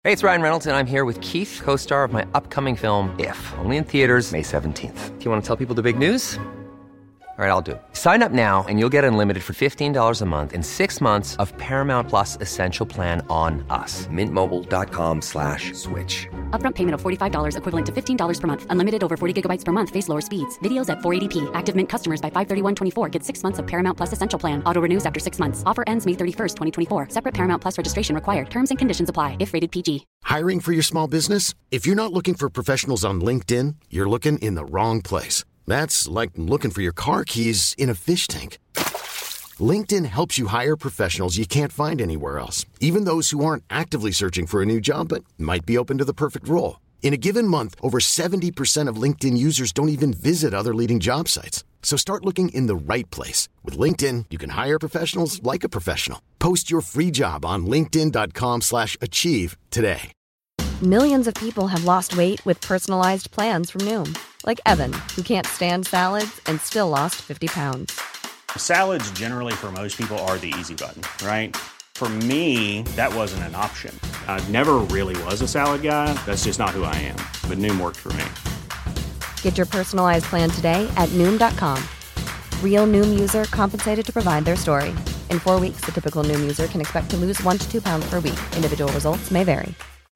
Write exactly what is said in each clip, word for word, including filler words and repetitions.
Hey, it's Ryan Reynolds, and I'm here with Keith, co-star of my upcoming film, If, only in theaters May seventeenth. Do you want to tell people the big news? All right, I'll do it. Sign up now and you'll get unlimited for fifteen dollars a month and six months of Paramount Plus Essential Plan on us. Mint Mobile dot com slash switch. Upfront payment of forty-five dollars equivalent to fifteen dollars per month. Unlimited over forty gigabytes per month. Face lower speeds. Videos at four eighty p. Active Mint customers by five thirty-one twenty-four get six months of Paramount Plus Essential Plan. Auto renews after six months. Offer ends May thirty-first, twenty twenty-four. Separate Paramount Plus registration required. Terms and conditions apply if rated P G. Hiring for your small business? If you're not looking for professionals on LinkedIn, you're looking in the wrong place. That's like looking for your car keys in a fish tank. LinkedIn helps you hire professionals you can't find anywhere else, even those who aren't actively searching for a new job but might be open to the perfect role. In a given month, over seventy percent of LinkedIn users don't even visit other leading job sites. So start looking in the right place. With LinkedIn, you can hire professionals like a professional. Post your free job on linkedin dot com slash achieve today. Millions of people have lost weight with personalized plans from Noom. Like Evan, who can't stand salads and still lost fifty pounds. Salads generally for most people are the easy button, right? For me, that wasn't an option. I never really was a salad guy. That's just not who I am. But Noom worked for me. Get your personalized plan today at Noom dot com. Real Noom user compensated to provide their story. In four weeks, the typical Noom user can expect to lose one to two pounds per week. Individual results may vary.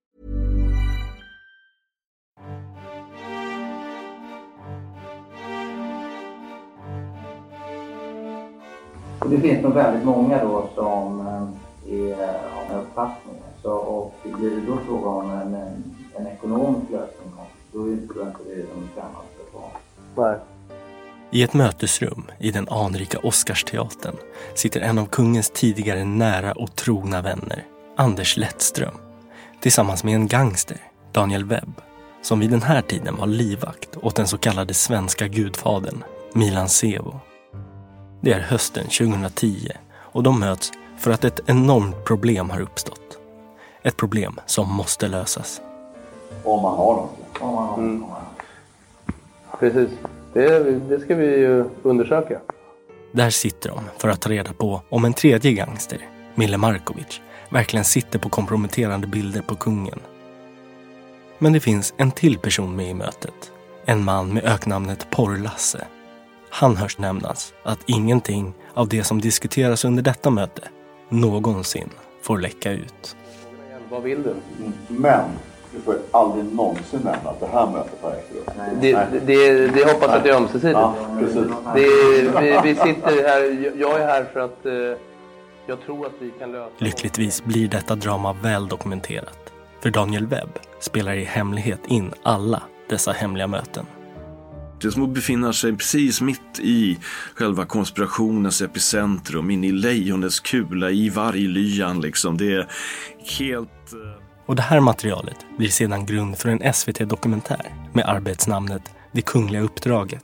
Det finns nog väldigt många då som är av uppfattningen. Så, och det blir då fråga om en, en ekonomisk lösning. Då är inte det de främmaste på. Nej. I ett mötesrum i den anrika Oscarsteatern sitter en av kungens tidigare nära och trogna vänner, Anders Lettström, tillsammans med en gangster, Daniel Webb, som vid den här tiden var livvakt åt den så kallade svenska gudfadern, Milan Sevo. Det är hösten tjugohundratio och de möts för att ett enormt problem har uppstått. Ett problem som måste lösas. Om man har dem. Om man har dem. Mm. Precis. Det, det ska vi ju undersöka. Där sitter de för att ta reda på om en tredje gangster, Mille Markovic, verkligen sitter på komprometterande bilder på kungen. Men det finns en till person med i mötet. En man med öknamnet Porrlasse. Han hörs nämnas att ingenting av det som diskuteras under detta möte någonsin får läcka ut. Vad vill du? Men du får aldrig någonsin nämna att det här mötet har ägt rum. Det, det, det, det hoppas att det är ömsesidigt. Ja, precis. Det, vi, vi sitter här, jag är här för att eh, jag tror att vi kan lösa... Lyckligtvis blir detta drama väl dokumenterat. För Daniel Webb spelar i hemlighet in alla dessa hemliga möten. Det är som att befinna sig precis mitt i själva konspirationens epicentrum, in i lejonets kula, i varglyan liksom. Det är helt... Och det här materialet blir sedan grund för en S V T-dokumentär med arbetsnamnet Det kungliga uppdraget.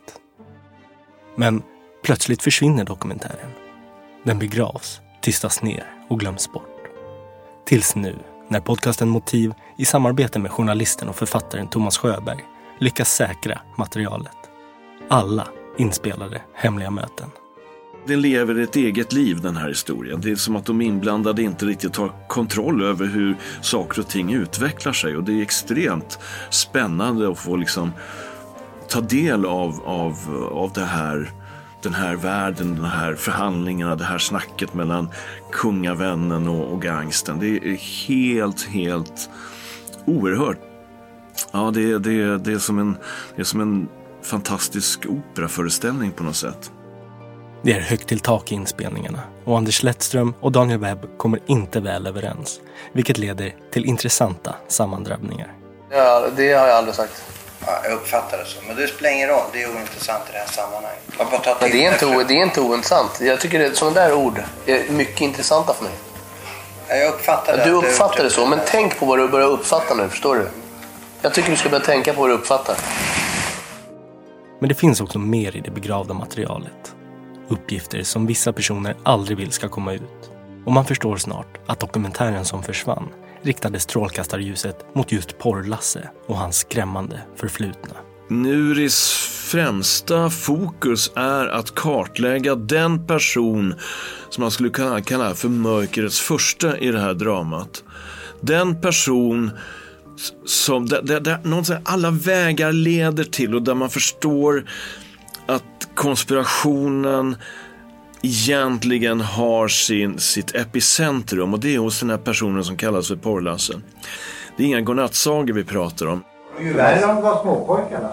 Men plötsligt försvinner dokumentären. Den begravs, tystas ner och glöms bort. Tills nu, när podcasten Motiv i samarbete med journalisten och författaren Thomas Sjöberg lyckas säkra materialet. Alla inspelade hemliga möten. Den lever ett eget liv, den här historien. Det är som att de inblandade inte riktigt har kontroll över hur saker och ting utvecklar sig. Och det är extremt spännande att få liksom ta del av, av, av det här, den här världen, den här förhandlingarna, det här snacket mellan kungavännen och, och gangsten. Det är helt, helt oerhört. Ja, det, det, det, är som en, det är som en fantastisk operaföreställning på något sätt. Det är högt till tak i inspelningarna och Anders Lettström och Daniel Webb kommer inte väl överens, vilket leder till intressanta sammandrabbningar. Ja, det har jag aldrig sagt. Ja, jag uppfattar det så, men det spelar ingen roll, det är ointressant i det här sammanhanget. Man bara tar ja, det, är inte o, det är inte ointressant. Jag tycker att sådana där ord är mycket intressanta för mig. Ja, jag uppfattar det. Ja, du uppfattar det så, men tänk på vad du börjar uppfatta nu, förstår du? Jag tycker du ska börja tänka på vad du uppfattar. Men det finns också mer i det begravda materialet. Uppgifter som vissa personer aldrig vill ska komma ut. Och man förstår snart att dokumentären som försvann riktade strålkastarljuset mot just Porrlasse och hans skrämmande förflutna. Nuris främsta fokus är att kartlägga den person som man skulle kunna kalla för mörkrets första i det här dramat. den person som där, där, där någonstans alla vägar leder till och där man förstår att konspirationen egentligen har sin, sitt epicentrum, och det är hos den här personen som kallas för Porr-Lasse. Det är inga godnattsagor vi pratar om. Det är ju värre om det var småpojkarna.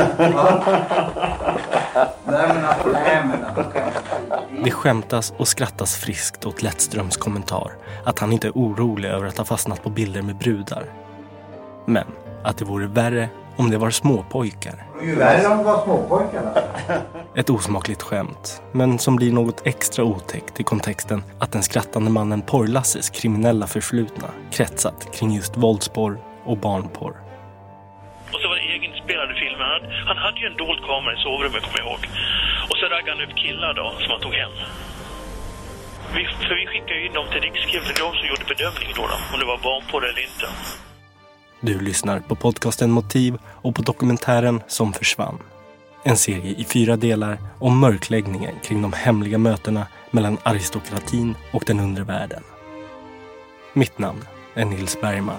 Det skämtas och skrattas friskt åt Lettströms kommentar att han inte är orolig över att ha fastnat på bilder med brudar. Men att det vore värre om det var småpojkar. Det är ju värre om det var småpojkarna. Ett osmakligt skämt, men som blir något extra otäckt i kontexten att den skrattande mannen Porr-Lasses kriminella förflutna kretsat kring just våldsporr och barnporr. Och så var det egenspelade filmer. Han, han hade ju en dold kamera i sovrummet, kommer jag ihåg. Och så raggade han upp killar då, som han tog hem. Vi, för vi skickade ju in dem till Rikskrim, de som gjorde bedömningen då, då, om det var barnporr eller inte. Du lyssnar på podcasten Motiv och på dokumentären Som försvann. En serie i fyra delar om mörkläggningen kring de hemliga mötena mellan aristokratin och den undre världen. Mitt namn är Nils Bergman.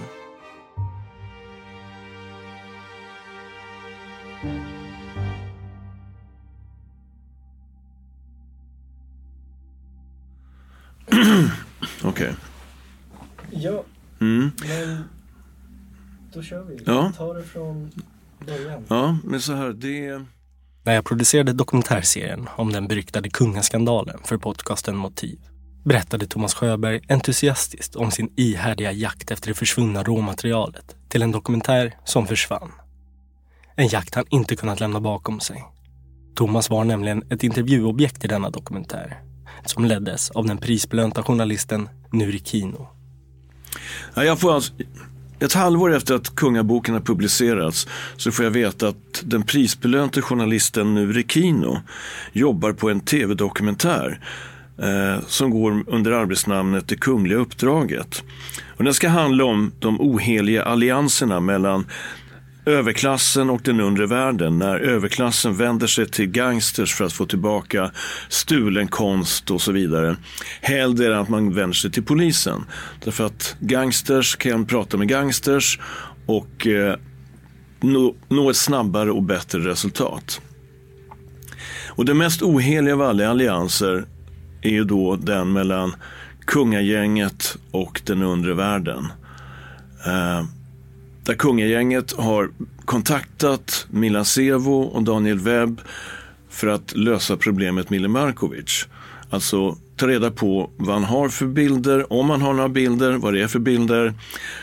Okej. Okay. Ja, mm. men då kör vi. Ja. Ta det från början. Ja, men så här, det... När jag producerade dokumentärserien om den beryktade kungaskandalen för podcasten Motiv berättade Thomas Sjöberg entusiastiskt om sin ihärdiga jakt efter det försvunna råmaterialet till en dokumentär som försvann. En jakt han inte kunnat lämna bakom sig. Thomas var nämligen ett intervjuobjekt i denna dokumentär som leddes av den prisbelönta journalisten Nuri Kino. Ja, jag får alltså... Ett halvår efter att Kungaboken har publicerats så får jag veta att den prisbelönte journalisten Nuri Kino jobbar på en tv-dokumentär eh, som går under arbetsnamnet Det kungliga uppdraget. Och den ska handla om de oheliga allianserna mellan överklassen och den undre världen, när överklassen vänder sig till gangsters för att få tillbaka stulen konst och så vidare. Hellre än att man vänder sig till polisen. Därför att gangsters kan prata med gangsters och eh, nå, nå ett snabbare och bättre resultat. Och det mest oheliga av alla allianser är ju då den mellan kungagänget och den undre världen. Eh, Där kungagänget har kontaktat Milan Sevo och Daniel Webb för att lösa problemet Mille Markovic. Alltså ta reda på vad han har för bilder, om han har några bilder, vad det är för bilder.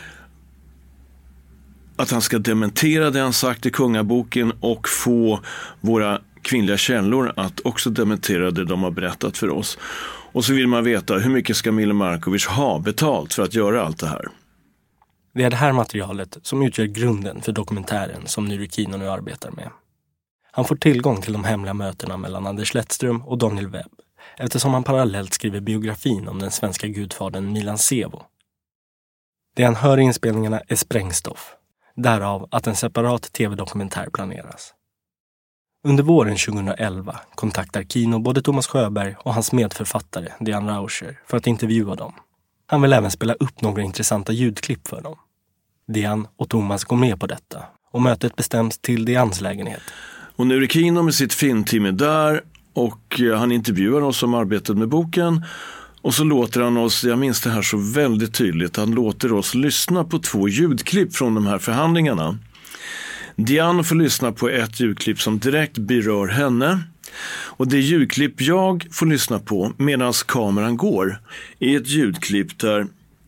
Att han ska dementera det han sagt i Kungaboken och få våra kvinnliga källor att också dementera det de har berättat för oss. Och så vill man veta hur mycket ska Mille Markovic ha betalt för att göra allt det här. Det är det här materialet som utgör grunden för dokumentären som Nuri Kino nu arbetar med. Han får tillgång till de hemliga mötena mellan Anders Lettström och Daniel Webb eftersom han parallellt skriver biografin om den svenska gudfadern Milan Sevo. Det han hör i inspelningarna är sprängstoff, därav att en separat tv-dokumentär planeras. Under våren tjugoelva kontaktar Kino både Thomas Sjöberg och hans medförfattare Dian Rauscher för att intervjua dem. Han vill även spela upp några intressanta ljudklipp för dem. Dian och Thomas går med på detta och mötet bestäms till Dians lägenhet. Och nu är Kino med sitt filmteam är där och han intervjuar oss som arbetat med boken. Och så låter han oss, jag minns det här så väldigt tydligt, han låter oss lyssna på två ljudklipp från de här förhandlingarna. Dian får lyssna på ett ljudklipp som direkt berör henne. Och det ljudklipp jag får lyssna på medan kameran går är ett ljudklipp där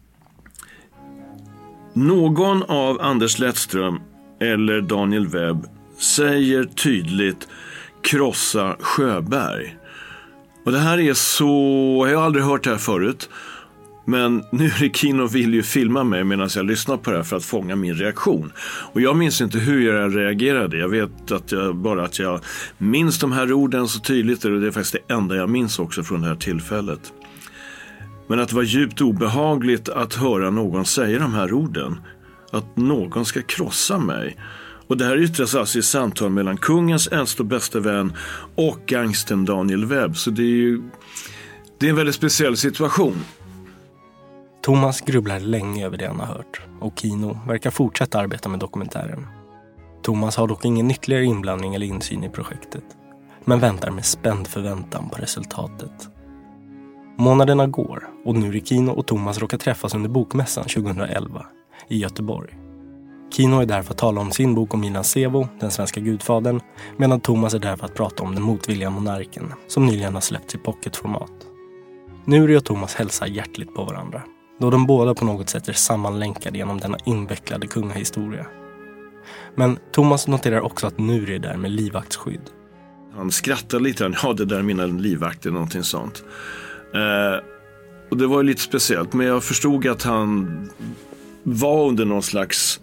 någon av Anders Lettström eller Daniel Webb säger tydligt krossa Sjöberg. Och det här är så... Jag har aldrig hört det här förut. Men nu är Kino vill ju filma mig medan jag lyssnar på det här för att fånga min reaktion. Och jag minns inte hur jag reagerade. Jag vet att jag, bara att jag minns de här orden så tydligt. Och det är faktiskt det enda jag minns också från det här tillfället. Men att det var djupt obehagligt att höra någon säga de här orden. Att någon ska krossa mig. Och det här yttras alltså i samtal mellan kungens äldste och bästa vän och gangsten Daniel Webb. Så det är ju det är en väldigt speciell situation. Thomas grubblar länge över det han har hört och Kino verkar fortsätta arbeta med dokumentären. Thomas har dock ingen ytterligare inblandning eller insyn i projektet, men väntar med spänd förväntan på resultatet. Månaderna går och Nuri Kino och Thomas råkar träffas under bokmässan tjugohundraelva i Göteborg. Kino är där för att tala om sin bok om Milan Sevo, den svenska gudfadern, medan Thomas är där för att prata om den motvilliga monarken som nyligen har släppts i pocketformat. Nuri och Thomas hälsar hjärtligt på varandra, då de båda på något sätt är sammanlänkade genom denna invecklade kungahistoria. Men Thomas noterar också att Nuri är där med livvaktsskydd. Han skrattar lite, ja det där är mina livvakter, någonting sånt. Eh, och det var ju lite speciellt, men jag förstod att han var under någon slags...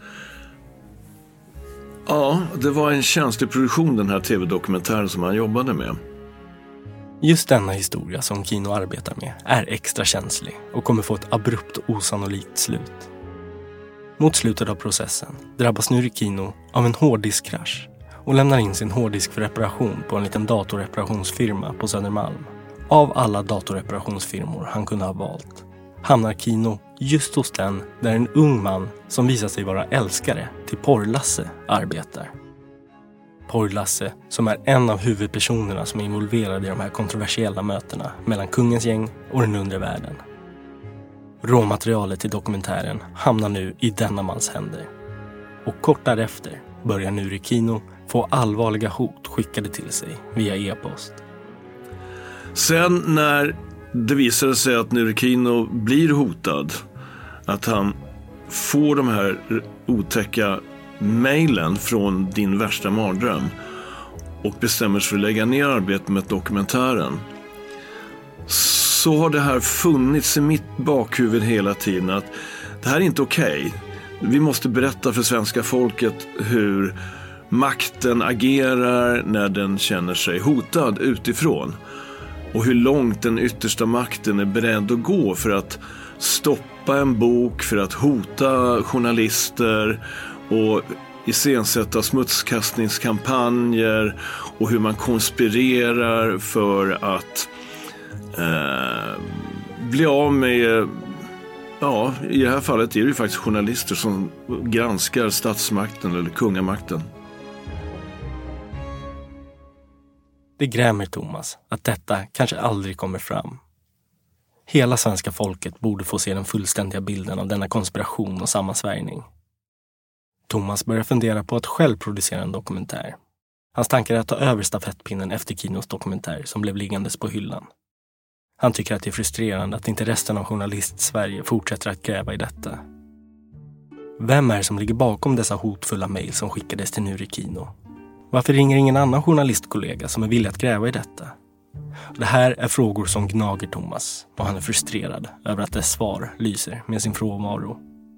Ja, det var en känslig produktion, den här tv-dokumentären som han jobbade med. Just denna historia som Kino arbetar med är extra känslig och kommer få ett abrupt och osannolikt slut. Mot slutet av processen drabbas Nuri Kino av en hårddiskkrasch och lämnar in sin hårddisk för reparation på en liten datorreparationsfirma på Södermalm. Av alla datorreparationsfirmor han kunde ha valt hamnar Kino just hos den där en ung man som visar sig vara älskare till Porrlasse arbetar. Porrlasse som är en av huvudpersonerna som är involverade i de här kontroversiella mötena mellan kungens gäng och den undre världen. Råmaterialet till dokumentären hamnar nu i denna mans händer. Och kort därefter börjar Nuri Kino få allvarliga hot skickade till sig via e-post. Sen när det visade sig att Nuri Kino blir hotad, att han får de här otäcka mejlen från din värsta mardröm och bestämmer sig för att lägga ner arbetet med dokumentären, så har det här funnits i mitt bakhuvud hela tiden att det här är inte okej. Vi måste berätta för svenska folket hur makten agerar när den känner sig hotad utifrån och hur långt den yttersta makten är beredd att gå för att stoppa en bok, för att hota journalister och iscensätta smutskastningskampanjer och hur man konspirerar för att eh, bli av med, ja, i det här fallet är det ju faktiskt journalister som granskar statsmakten eller kungamakten. Det grämer Thomas att detta kanske aldrig kommer fram. Hela svenska folket borde få se den fullständiga bilden av denna konspiration och sammansvärjning. Thomas börjar fundera på att själv producera en dokumentär. Hans tankar är att ta över stafettpinnen efter Kinos dokumentär som blev liggandes på hyllan. Han tycker att det är frustrerande att inte resten av journalist-Sverige fortsätter att gräva i detta. Vem är det som ligger bakom dessa hotfulla mejl som skickades till Nuri Kino? Varför ringer ingen annan journalistkollega som är villig att gräva i detta? Det här är frågor som gnager Thomas och han är frustrerad över att dess svar lyser med sin frånvaro.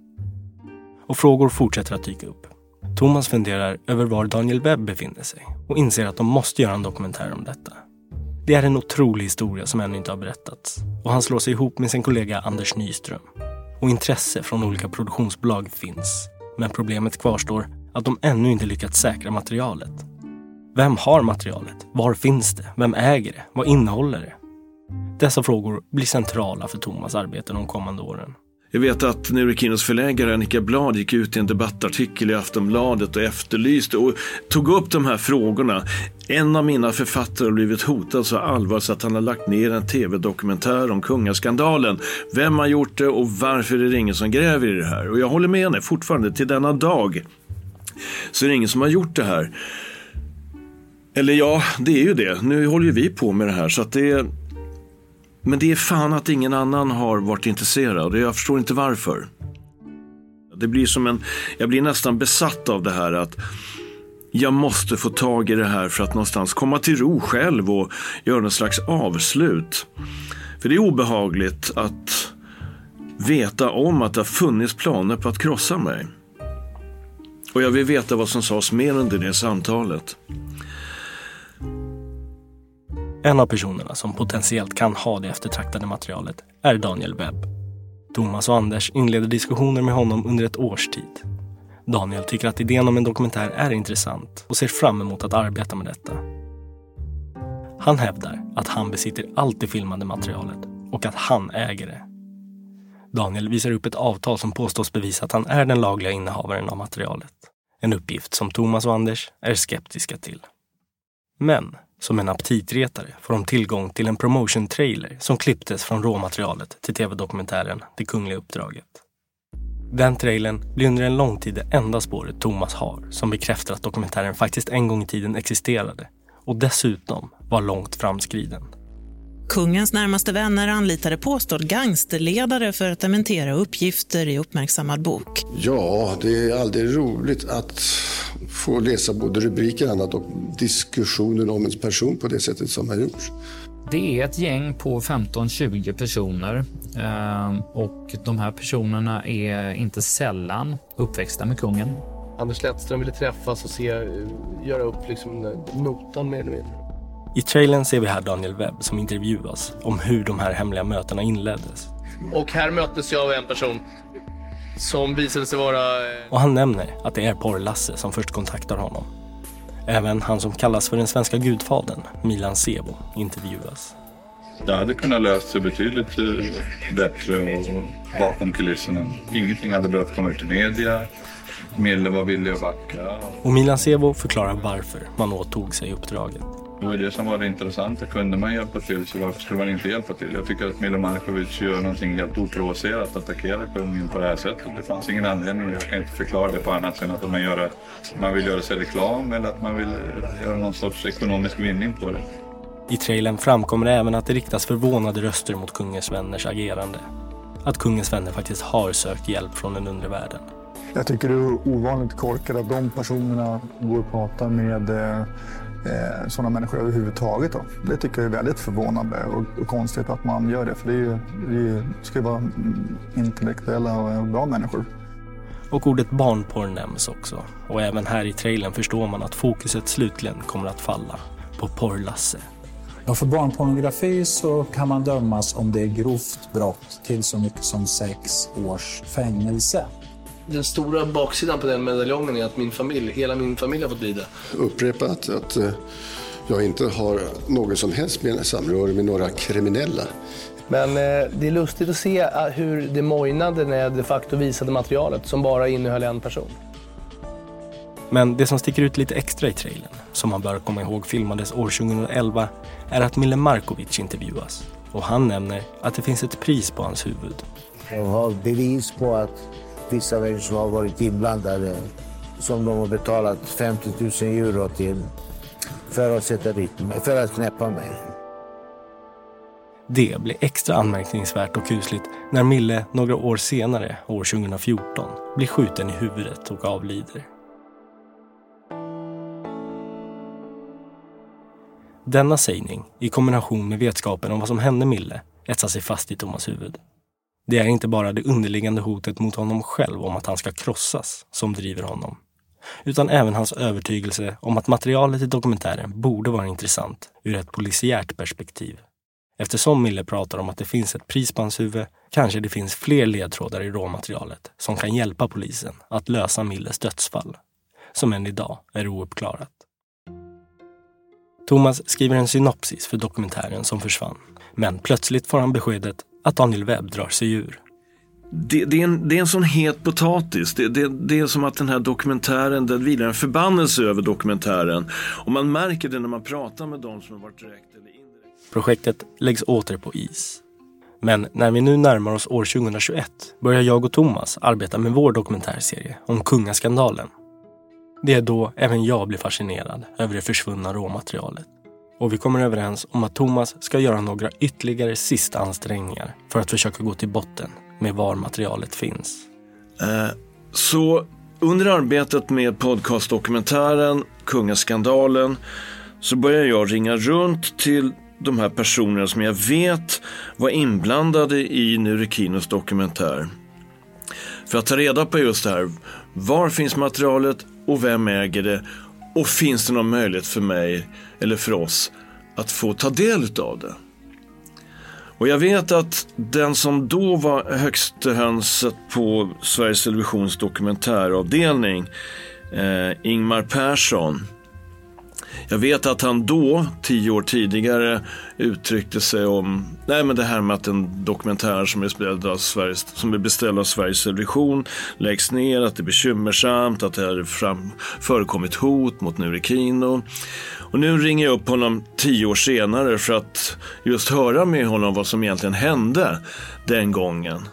Och frågor fortsätter att dyka upp. Thomas funderar över var Daniel Webb befinner sig och inser att de måste göra en dokumentär om detta. Det är en otrolig historia som ännu inte har berättats och han slår sig ihop med sin kollega Anders Nyström. Och intresse från olika produktionsbolag finns, men problemet kvarstår att de ännu inte lyckats säkra materialet. Vem har materialet? Var finns det? Vem äger det? Vad innehåller det? Dessa frågor blir centrala för Thomas arbete de kommande åren. Jag vet att Nuri Kinos förläggare Annika Blad gick ut i en debattartikel i Aftonbladet och efterlyste och tog upp de här frågorna. En av mina författare har blivit hotad så allvarligt att han har lagt ner en tv-dokumentär om kungaskandalen. Vem har gjort det och varför är det ingen som gräver i det här? Och jag håller med henne fortfarande till denna dag. Så är det ingen som har gjort det här. Eller ja, det är ju det. Nu håller ju vi på med det här så att det är... Men det är fan att ingen annan har varit intresserad och jag förstår inte varför. Det blir som en... Jag blir nästan besatt av det här att jag måste få tag i det här för att någonstans komma till ro själv och göra någon slags avslut. För det är obehagligt att veta om att det har funnits planer på att krossa mig. Och jag vill veta vad som sades mer under det samtalet. En av personerna som potentiellt kan ha det eftertraktade materialet är Daniel Webb. Thomas och Anders inleder diskussioner med honom under ett års tid. Daniel tycker att idén om en dokumentär är intressant och ser fram emot att arbeta med detta. Han hävdar att han besitter allt det filmade materialet och att han äger det. Daniel visar upp ett avtal som påstås bevisa att han är den lagliga innehavaren av materialet. En uppgift som Thomas och Anders är skeptiska till. Men som en aptitretare får de tillgång till en promotion-trailer som klipptes från råmaterialet till tv-dokumentären Det kungliga uppdraget. Den trailern blir under en lång tid det enda spåret Thomas har som bekräftar att dokumentären faktiskt en gång i tiden existerade och dessutom var långt framskriden. Kungens närmaste vänner anlitade påstådd gangsterledare för att dementera uppgifter i uppmärksammad bok. Ja, det är aldrig roligt att få läsa både rubriker och annat och diskussioner om en person på det sättet som har gjorts. Det är ett gäng på femton till tjugo personer och de här personerna är inte sällan uppväxta med kungen. Anders Lettström ville träffas och se, göra upp liksom notan med eller I trailern ser vi här Daniel Webb som intervjuas om hur de här hemliga mötena inleddes. Och här möttes jag av en person som visade sig vara... Och han nämner att det är Porr-Lasse som först kontaktar honom. Även han som kallas för den svenska gudfadern, Milan Sebo, intervjuas. Det hade kunnat lösa sig betydligt bättre och bakom kulisserna. Ingenting hade behövt komma ut i media. Mille var villig att backa. Och Milan Sebo förklarar varför man åtog sig uppdraget. Det var det som var det intressanta. Kunde man hjälpa till så varför skulle man inte hjälpa till? Jag tycker att Milo Markovic gör någonting helt oprovocerat, att attackera kungen på det här sättet. Det fanns ingen anledning. Jag kan inte förklara det på annat sätt än att man, gör, man vill göra sig reklam eller att man vill göra någon sorts ekonomisk vinning på det. I trailern framkommer även att det riktas förvånade röster mot kungens vänners agerande. Att kungens vänner faktiskt har sökt hjälp från den undre världen. Jag tycker det är ovanligt korkat att de personerna går och pratar med eh, sådana människor överhuvudtaget. Då. Det tycker jag är väldigt förvånande och, och konstigt att man gör det. För det, är ju, det ska ju vara intellektuella och bra människor. Och ordet barnporr nämns också. Och även här i trailern förstår man att fokuset slutligen kommer att falla på Porr-Lasse. Ja, för barnpornografi så kan man dömas om det är grovt brott till så mycket som sex års fängelse. Den stora baksidan på den medaljongen är att min familj, hela min familj har fått lida. Upprepa att, att jag inte har någon som helst med samröre med några kriminella. Men eh, det är lustigt att se hur det mojnade när jag de facto visade materialet som bara innehöll en person. Men det som sticker ut lite extra i trailern, som man bör komma ihåg filmades år tjugoelva, är att Mille Markovic intervjuas. Och han nämner att det finns ett pris på hans huvud. Jag har bevis på att vissa människor har varit inblandade som de har betalat femtio tusen euro till för att sätta dit mig, för att knäppa mig. Det blir extra anmärkningsvärt och kusligt när Mille några år senare, år tjugohundrafjorton, blir skjuten i huvudet och avlider. Denna sägning, i kombination med vetskapen om vad som hände Mille, etsar sig fast i Thomas huvud. Det är inte bara det underliggande hotet mot honom själv om att han ska krossas som driver honom, utan även hans övertygelse om att materialet i dokumentären borde vara intressant ur ett polisiärt perspektiv. Eftersom Mille pratar om att det finns ett pris på hans huvud, kanske det finns fler ledtrådar i råmaterialet som kan hjälpa polisen att lösa Milles dödsfall, som än idag är ouppklarat. Thomas skriver en synopsis för dokumentären som försvann, men plötsligt får han beskedet att Daniel Webb drar sig ur. Det, det, är en, det är en sån het potatis. Det, det, det är som att den här dokumentären, det vilar en förbannelse över dokumentären. Och man märker det när man pratar med dem som har varit direkt eller indirekt. Projektet läggs åter på is. Men när vi nu närmar oss år tjugohundratjugoett börjar jag och Thomas arbeta med vår dokumentärserie om kungaskandalen. Det är då även jag blir fascinerad över det försvunna råmaterialet. Och vi kommer överens om att Thomas ska göra några ytterligare sista ansträngningar för att försöka gå till botten med var materialet finns. Eh, så under arbetet med podcastdokumentären Kungaskandalen så börjar jag ringa runt till de här personerna som jag vet var inblandade i Nurekinos dokumentär. För att ta reda på just det här. Var finns materialet och vem äger det? Och finns det någon möjlighet för mig eller för oss att få ta del av det? Och jag vet att den som då var högste hönset på Sveriges Televisions dokumentäravdelning, eh, Ingmar Persson, Jag vet att han då, tio år tidigare, uttryckte sig om nej, men det här med att en dokumentär som är beställd av Sveriges, som är beställd av Sveriges Television läggs ner, att det är bekymmersamt, att det har fram, förekommit hot mot Nuri Kino. Och nu ringer jag upp honom tio år senare för att just höra med honom vad som egentligen hände den gången.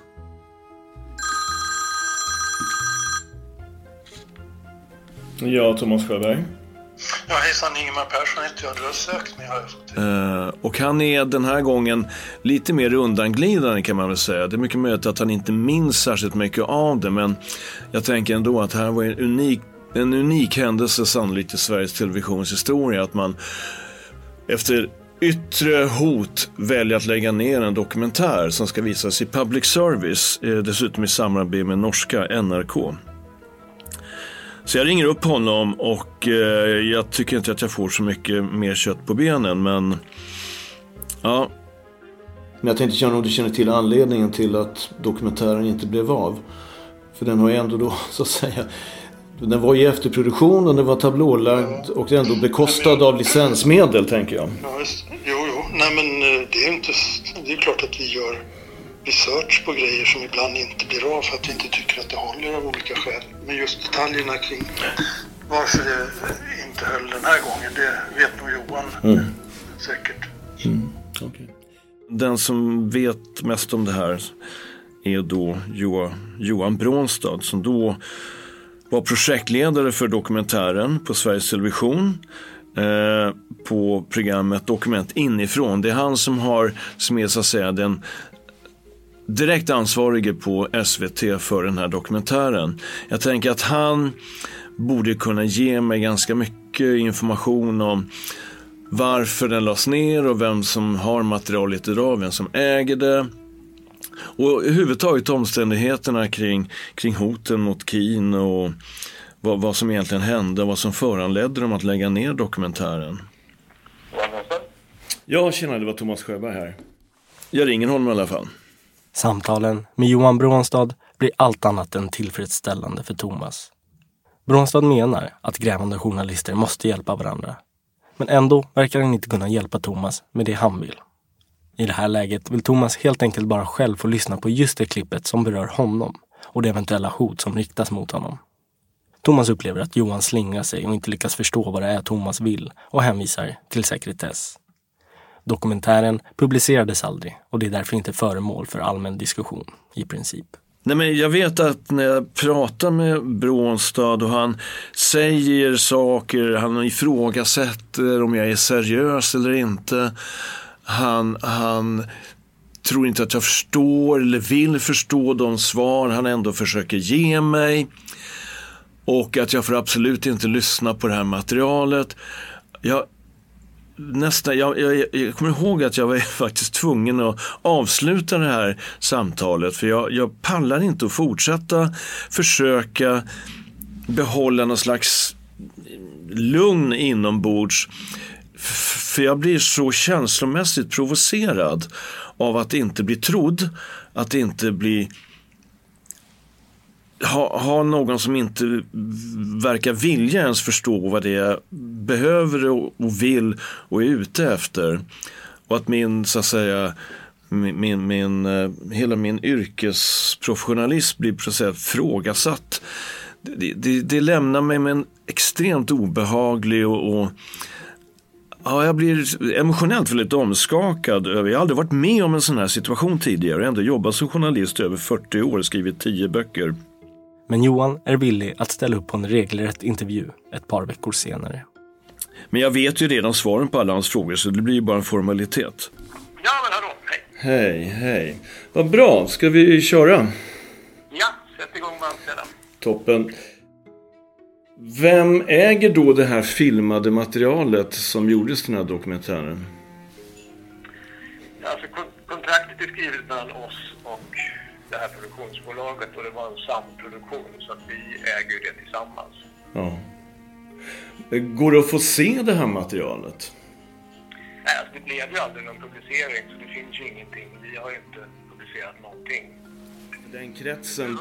Ja, Thomas Sjöberg. Ja, hejsan, Ingemar Persson heter jag. Du har sökt mig, har jag fått. Uh, och han är den här gången lite mer undanglidande, kan man väl säga. Det är mycket möjligt att han inte minns särskilt mycket av det, men jag tänker ändå att det här var en unik, en unik händelse sannolikt i Sveriges Televisions historia, att man efter yttre hot väljer att lägga ner en dokumentär som ska visas i public service, eh, dessutom i samarbete med norska N R K. Så jag ringer upp honom och eh, jag tycker inte att jag får så mycket mer kött på benen, men ja. Men jag tänkte känna om du känner till anledningen till att dokumentären inte blev av. För den har ju ändå då, så att säga, den var i efterproduktion och den var tablålagd och det är ändå bekostad av licensmedel, tänker jag. Ja, just, jo, jo. Nej, men det är inte, det är klart att vi gör research på grejer som ibland inte blir av för att vi inte tycker att det håller av olika skäl. Men just detaljerna kring varför det inte höll den här gången, det vet nog Johan mm. säkert. Mm. Okay. Den som vet mest om det här är då Johan Brånstad, som då var projektledare för dokumentären på Sveriges Television eh, på programmet Dokument inifrån. Det är han som har, som är så att säga den direkt ansvarige på S V T för den här dokumentären. Jag tänker att han borde kunna ge mig ganska mycket information om varför den lades ner och vem som har materialet idag, vem som äger det. Och överhuvudtaget omständigheterna kring, kring hoten mot Kino och vad, vad som egentligen hände, vad som föranledde dem att lägga ner dokumentären. Ja, tjena, det var Thomas Sjöberg här. Jag ringer honom i alla fall. Samtalen med Johan Brånstad blir allt annat än tillfredsställande för Thomas. Brånstad menar att grävande journalister måste hjälpa varandra. Men ändå verkar han inte kunna hjälpa Thomas med det han vill. I det här läget vill Thomas helt enkelt bara själv få lyssna på just det klippet som berör honom och det eventuella hot som riktas mot honom. Thomas upplever att Johan slingar sig och inte lyckas förstå vad det är Thomas vill och hänvisar till sekretess. Dokumentären publicerades aldrig och det är därför inte föremål för allmän diskussion i princip. Nej, men jag vet att när jag pratar med Brånstad och han säger saker, han ifrågasätter om jag är seriös eller inte. Han, han tror inte att jag förstår eller vill förstå de svar han ändå försöker ge mig. Och att jag får absolut inte lyssna på det här materialet. Jag, nästa, jag, jag, jag kommer ihåg att jag var faktiskt tvungen att avsluta det här samtalet. För jag, jag pallar inte att fortsätta försöka behålla någon slags lugn inombords. För jag blir så känslomässigt provocerad av att inte bli trodd, att inte bli ha, ha någon som inte verkar vilja ens förstå vad det är behöver och, och vill och är ute efter. Och att min, så att säga, min, min, min, hela min yrkesprofessionalism blir på sätt frågasatt. Det, det, det lämnar mig med en extremt obehaglig och, och ja, jag blir emotionellt väldigt omskakad över. Jag har aldrig varit med om en sån här situation tidigare. Jag har ändå jobbat som journalist i över fyrtio år och skrivit tio böcker. Men Johan är villig att ställa upp på en regelrätt intervju ett par veckor senare. Men jag vet ju redan svaren på alla hans frågor, så det blir ju bara en formalitet. Ja, men hallå, hej. Hej, hej. Vad bra, ska vi köra? Ja, sätt igång med allt sedan. Toppen. Vem äger då det här filmade materialet som gjordes till den här dokumentären? Alltså kontraktet är skrivet mellan oss och det här produktionsbolaget och det var en samproduktion så att vi äger det tillsammans. Ja. Går det att få se det här materialet? Nej, alltså det blev ju aldrig någon publicering så det finns ju ingenting. Vi har inte publicerat någonting. Den kretsen.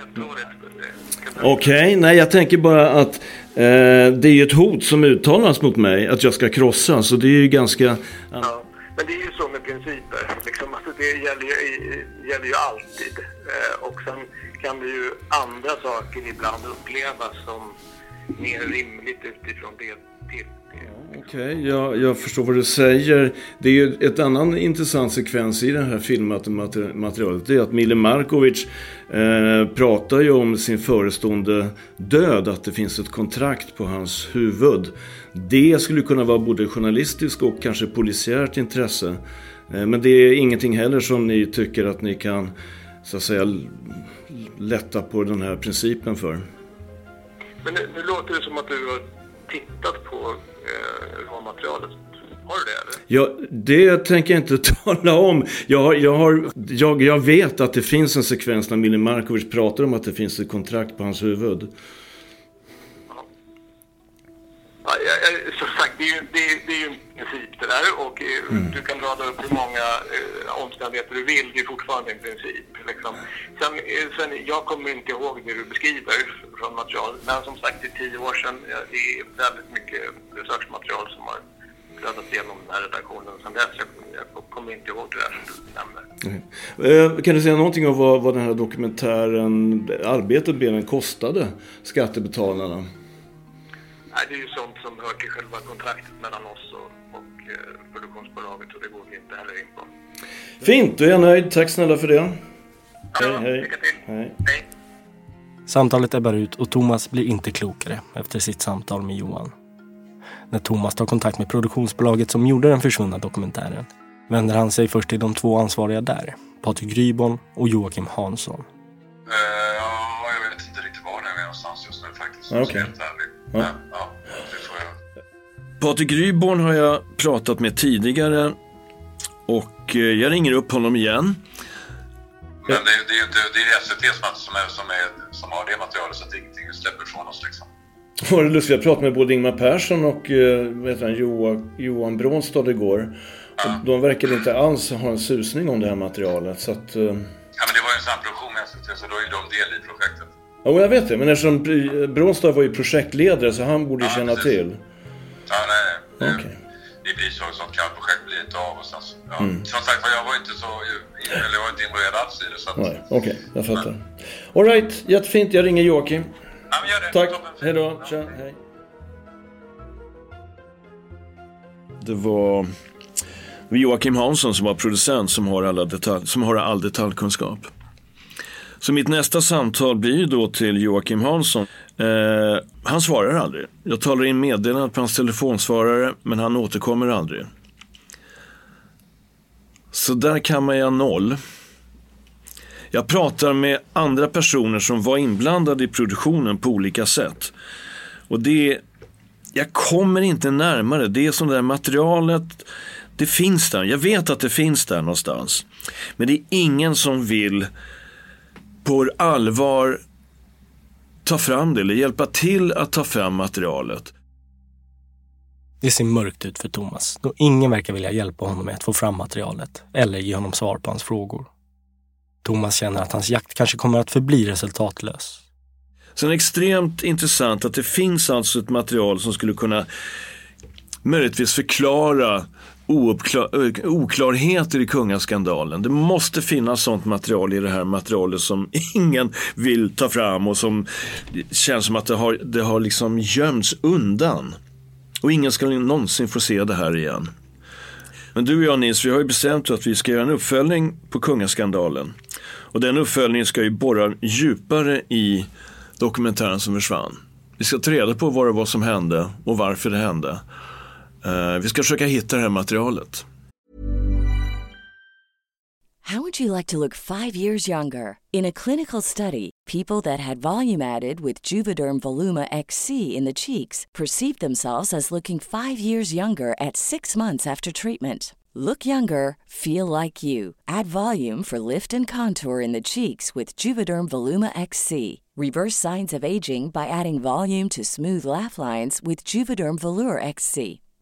Okej, okay, nej jag tänker bara att eh, det är ju ett hot som uttalas mot mig att jag ska krossa, så det är ju ganska... Ja, ja men det är ju så med principer, liksom, alltså det gäller ju, gäller ju alltid. Eh, och sen kan det ju andra saker ibland upplevas som mer rimligt utifrån det till. Okej, okay, jag, jag förstår vad du säger. Det är ju ett annan intressant sekvens i det här filmmaterialet. Det är att Mile Markovic eh, pratar ju om sin förestående död. Att det finns ett kontrakt på hans huvud. Det skulle kunna vara både journalistiskt och kanske polisiärt intresse. Eh, men det är ingenting heller som ni tycker att ni kan så att säga lätta på den här principen för. Men nu, nu låter det som att du har tittat på eh, råmaterialet. Har du det eller? Ja, det tänker jag inte tala om. Jag, har, jag, har, jag, jag vet att det finns en sekvens när Mile Markovic pratar om att det finns ett kontrakt på hans huvud. Ja. Ja, jag, som sagt, det är ju, det är, det är ju en princip det där. Och mm. du kan rada upp hur många eh, omständigheter du vill. Det är fortfarande en princip. Liksom. Sen, sen, jag kommer inte ihåg det du beskriver från material. Men som sagt, i tio år sedan, det är väldigt mycket researchmaterial som har flödat igenom den här redaktionen. Sen dess, jag, jag kommer inte ihåg det där som du nämnde. Mm. Eh, kan du säga någonting om vad, vad den här dokumentären, arbetet med den kostade skattebetalarna? Nej, det är ju sånt som hör till själva kontraktet mellan oss och, och eh, produktionsbolaget, och det går vi inte heller in på. Fint, då är jag nöjd. Tack snälla för det. Hej, hej. Lycka till. Hej. Hej. Samtalet ebbar ut och Thomas blir inte klokare efter sitt samtal med Johan. När Thomas tar kontakt med produktionsbolaget som gjorde den försvunna dokumentären vänder han sig först till de två ansvariga där, Patrik Ryborn och Joakim Hansson. Uh, ja, jag vet inte riktigt var det är någonstans just nu faktiskt. Okej. Okay. Ja. Ja, ja, det får jag. Patrik Ryborn har jag pratat med tidigare och jag ringer upp honom igen. Men det, det, det, det är S V T som, är, som, är, som har det materialet, så att ingenting släpper från oss liksom. Var det lustigt, jag pratade med både Ingmar Persson och vet han, Johan, Johan Brånstad igår. Ja. Och de verkade inte alls ha en susning om det här materialet. Så att, uh... ja, men det var ju en samproduktion med S V T, så då är de del i projektet. Ja, jag vet det, men eftersom Brånstad var ju projektledare så han borde ja, känna precis. Till. Ja, nej, nej. Okay. Det blir så, sånt kallt projekt blir inte av. Och sen, ja. mm. Som sagt, jag var inte så eller jag var inte involverad alls i det. Så att... Nej, okej, okay, jag fattar. Men... All right, jättefint, jag ringer Joakim. Ja, men gör det. Tack, hej då, tja, hej. Det var Joakim Hansson som var producent som har, alla detalj, som har all detaljkunskap. Så mitt nästa samtal blir då till Joakim Hansson. Eh, han svarar aldrig. Jag talar in meddelandet på hans telefonsvarare, men han återkommer aldrig. Så där kan man ju noll. Jag pratar med andra personer som var inblandade i produktionen på olika sätt. Och det, jag kommer inte närmare. Det är som det där materialet, det finns där. Jag vet att det finns där någonstans. Men det är ingen som vill på allvar ta fram det eller hjälpa till att ta fram materialet. Det ser mörkt ut för Thomas, då ingen verkar vilja hjälpa honom med att få fram materialet eller ge honom svar på hans frågor. Thomas känner att hans jakt kanske kommer att förbli resultatlös. Sen är det extremt intressant att det finns alltså ett material som skulle kunna möjligtvis förklara Ouppklar- oklarheter i kungaskandalen. Det måste finnas sånt material i det här materialet som ingen vill ta fram och som känns som att det har, det har liksom gömts undan. Och ingen ska någonsin få se det här igen. Men du och jag, Nils, vi har ju bestämt att vi ska göra en uppföljning på kungaskandalen. Och den uppföljningen ska ju borra djupare i dokumentären som försvann. Vi ska ta reda på vad det var som hände och varför det hände. Uh, vi ska försöka hitta det här materialet. How would you like to look five years younger? In a clinical study, people that had volume added with Juvederm Voluma X C in the cheeks perceived themselves as looking five years younger at six months after treatment. Look younger, feel like you. Add volume for lift and contour in the cheeks with Juvederm Voluma X C. Reverse signs of aging by adding volume to smooth laugh lines with Juvederm Volure X C.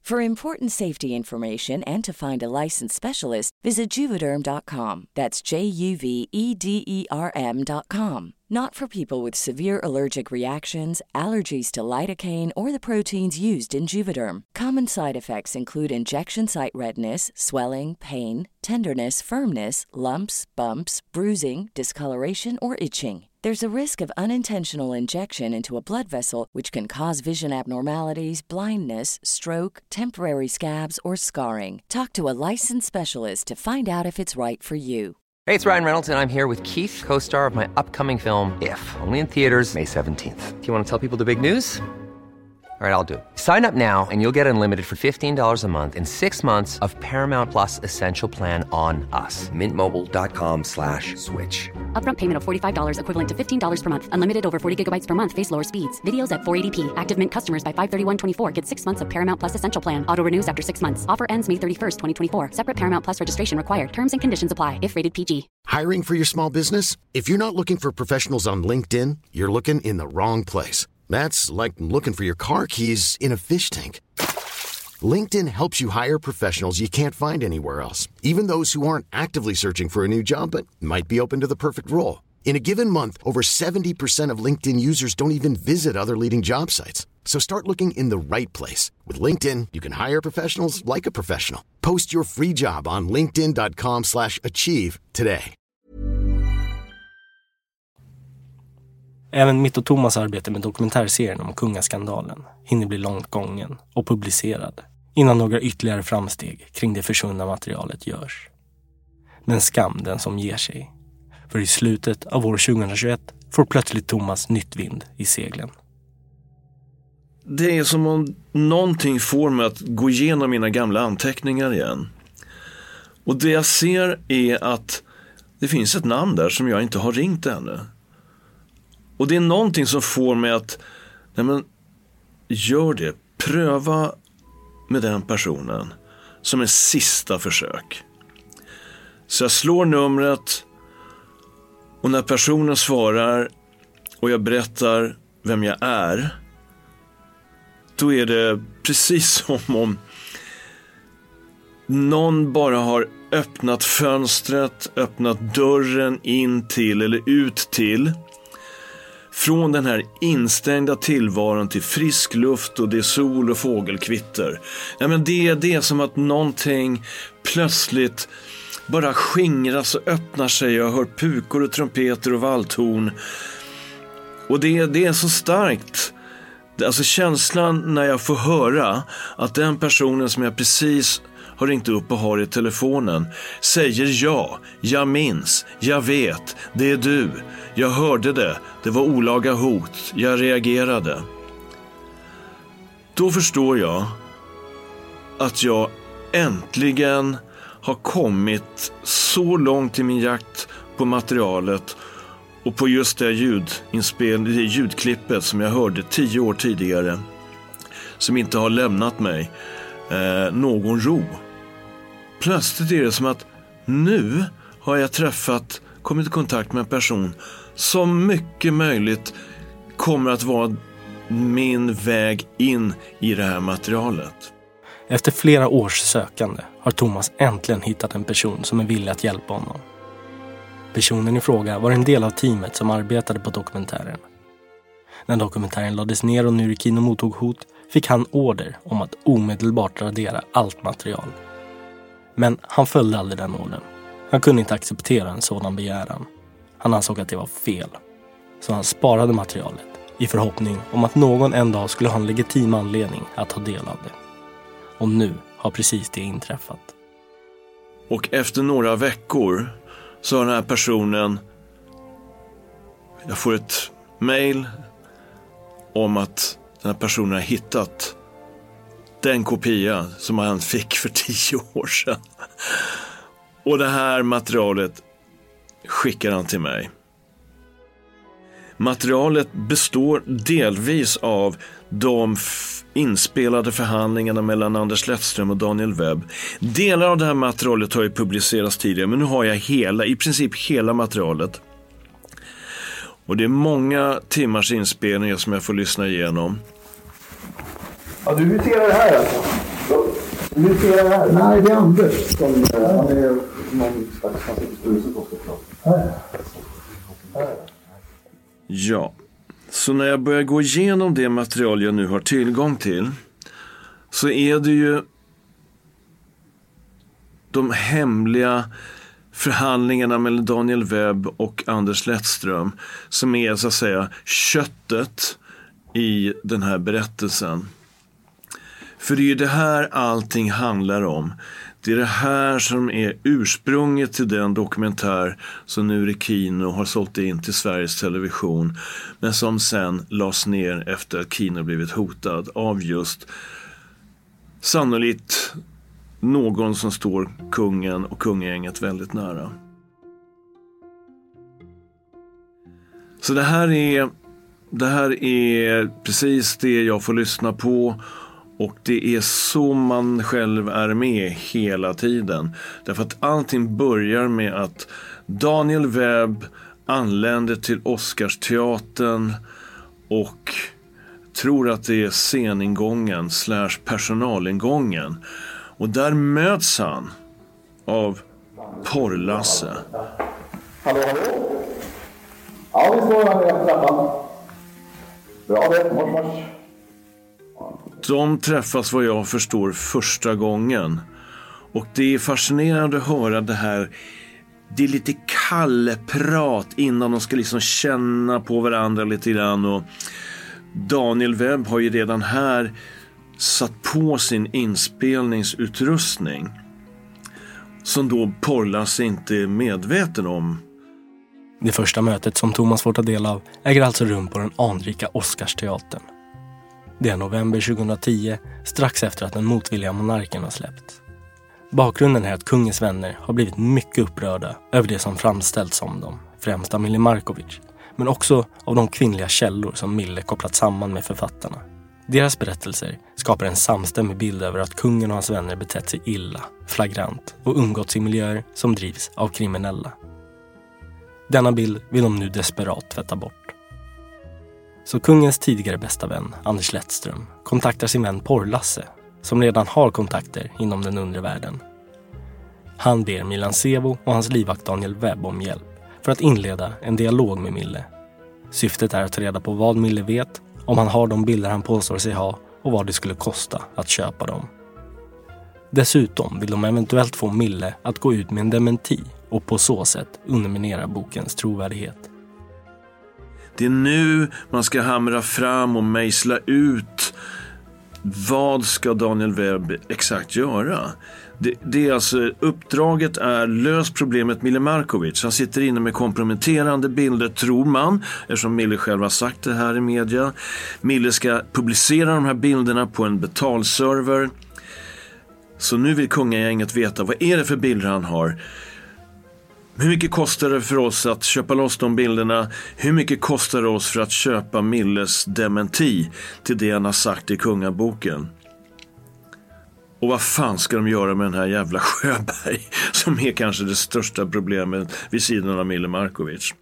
For important safety information and to find a licensed specialist, visit Juvederm dot com. That's J U V E D E R M dot com. Not for people with severe allergic reactions, allergies to lidocaine, or the proteins used in Juvederm. Common side effects include injection site redness, swelling, pain, tenderness, firmness, lumps, bumps, bruising, discoloration, or itching. There's a risk of unintentional injection into a blood vessel, which can cause vision abnormalities, blindness, stroke, temporary scabs, or scarring. Talk to a licensed specialist to find out if it's right for you. Hey, it's Ryan Reynolds, and I'm here with Keith, co-star of my upcoming film, If, only in theaters May seventeenth. Do you want to tell people the big news? All right, I'll do it. Sign up now and you'll get unlimited for fifteen dollars a month and six months of Paramount Plus Essential Plan on us. Mint Mobile dot com slash switch. Upfront payment of forty-five dollars equivalent to fifteen dollars per month. Unlimited over forty gigabytes per month. Face lower speeds. Videos at four eighty p. Active Mint customers by five thirty-one twenty-four get six months of Paramount Plus Essential Plan. Auto renews after six months. Offer ends May thirty-first, twenty twenty-four. Separate Paramount Plus registration required. Terms and conditions apply if rated P G. Hiring for your small business? If you're not looking for professionals on LinkedIn, you're looking in the wrong place. That's like looking for your car keys in a fish tank. LinkedIn helps you hire professionals you can't find anywhere else, even those who aren't actively searching for a new job but might be open to the perfect role. In a given month, over seventy percent of LinkedIn users don't even visit other leading job sites. So start looking in the right place. With LinkedIn, you can hire professionals like a professional. Post your free job on linkedin dot com slash achieve today. Även mitt och Thomas arbete med dokumentärserien om kungaskandalen hinner bli långt gången och publicerad innan några ytterligare framsteg kring det försvunna materialet görs. Men skam den som ger sig. För i slutet av år tjugohundratjugoett får plötsligt Thomas nytt vind i seglen. Det är som om någonting får mig att gå igenom mina gamla anteckningar igen. Och det jag ser är att det finns ett namn där som jag inte har ringt ännu. Och det är någonting som får mig att, nej men, gör det. Pröva med den personen som en sista försök. Så jag slår numret och när personen svarar och jag berättar vem jag är, då är det precis som om någon bara har öppnat fönstret, öppnat dörren in till eller ut till. Från den här instängda tillvaron till frisk luft och det är sol och fågelkvitter. Ja, men det är det som att någonting plötsligt bara skingras och öppnar sig. Jag hör pukor och trumpeter och valthorn. Och det, det är så starkt. Alltså känslan när jag får höra att den personen som jag precis har ringt upp och har i telefonen säger ja, jag minns, jag vet, det är du. Jag hörde det, det var olaga hot, jag reagerade. Då förstår jag att jag äntligen har kommit så långt i min jakt på materialet och på just det ljudinspel, det ljudklippet som jag hörde tio år tidigare, som inte har lämnat mig eh, någon ro. Plötsligt är det som att nu har jag träffat, kommit i kontakt med en person som mycket möjligt kommer att vara min väg in i det här materialet. Efter flera års sökande har Thomas äntligen hittat en person som är villig att hjälpa honom. Personen i fråga var en del av teamet som arbetade på dokumentären. När dokumentären lades ner och Nurikino mottog hot fick han order om att omedelbart radera allt material. Men han följde aldrig den orden. Han kunde inte acceptera en sådan begäran. Han ansåg att det var fel. Så han sparade materialet i förhoppning om att någon en dag skulle ha en legitim anledning att ta del av det. Och nu har precis det inträffat. Och efter några veckor så har den här personen, jag får ett mejl om att den här personen har hittat den kopia som han fick för tio år sedan. Och det här materialet skickar han till mig. Materialet består delvis av de f- inspelade förhandlingarna mellan Anders Lettström och Daniel Webb. Delar av det här materialet har ju publicerats tidigare, men nu har jag hela, i princip hela materialet. Och det är många timmars inspelningar som jag får lyssna igenom. Ja, du ser det här alltså? Nu ser jag här. Nej, det är Anders. Som, uh, han är någon slags styrelse på såklart. Ja, så när jag börjar gå igenom det material jag nu har tillgång till så är det ju de hemliga förhandlingarna mellan Daniel Webb och Anders Lettström som är så att säga köttet i den här berättelsen. För det är ju det här allting handlar om. Det är det här som är ursprunget till den dokumentär som nu Kino har sålt in till Sveriges Television, men som sen lades ner efter att Kino blivit hotad av just sannolikt någon som står kungen och kungagänget väldigt nära. Så det här är det här är precis det jag får lyssna på. Och det är så man själv är med hela tiden. Därför att allting börjar med att Daniel Webb anländer till Oscarsteatern och tror att det är sceningången slash personalingången. Och där möts han av Porr-Lasse. Hallå, hallå? Ja, vi står här nere på trappan. Bra det, mors, mors. De träffas vad jag förstår första gången. Och det är fascinerande att höra det här. Det är lite kallprat innan de ska liksom känna på varandra lite grann. Och Daniel Webb har ju redan här satt på sin inspelningsutrustning som då Porr-Lasse inte är medveten om. Det första mötet som Thomas får ta del av äger alltså rum på den anrika Oscarsteatern. Det är november tjugohundratio, strax efter att den motvilliga monarken har släppt. Bakgrunden är att kungens vänner har blivit mycket upprörda över det som framställts om dem, främst av Mille Markovic, men också av de kvinnliga källor som Mille kopplat samman med författarna. Deras berättelser skapar en samstämmig bild över att kungen och hans vänner betett sig illa, flagrant och umgåtts i miljöer som drivs av kriminella. Denna bild vill de nu desperat tvätta bort. Så kungens tidigare bästa vän, Anders Lettström, kontaktar sin vän Porr-Lasse, som redan har kontakter inom den undre världen. Han ber Milan Sevo och hans livvakt Daniel Webb om hjälp för att inleda en dialog med Mille. Syftet är att ta reda på vad Mille vet, om han har de bilder han påstår sig ha och vad det skulle kosta att köpa dem. Dessutom vill de eventuellt få Mille att gå ut med en dementi och på så sätt underminera bokens trovärdighet. Det är nu man ska hamra fram och mejsla ut vad ska Daniel Webb exakt göra. Det, det är alltså, uppdraget är lös problemet Mille Markovic. Han sitter inne med komprometterande bilder, tror man, eftersom Mille själv har sagt det här i media. Mille ska publicera de här bilderna på en betalserver. Så nu vill kungagänget veta, vad är det för bilder han har? Hur mycket kostar det för oss att köpa loss de bilderna? Hur mycket kostar det oss för att köpa Milles dementi till det han har sagt i kungaboken? Och vad fan ska de göra med den här jävla Sjöberg som är kanske det största problemet vid sidan av Mille Markovic?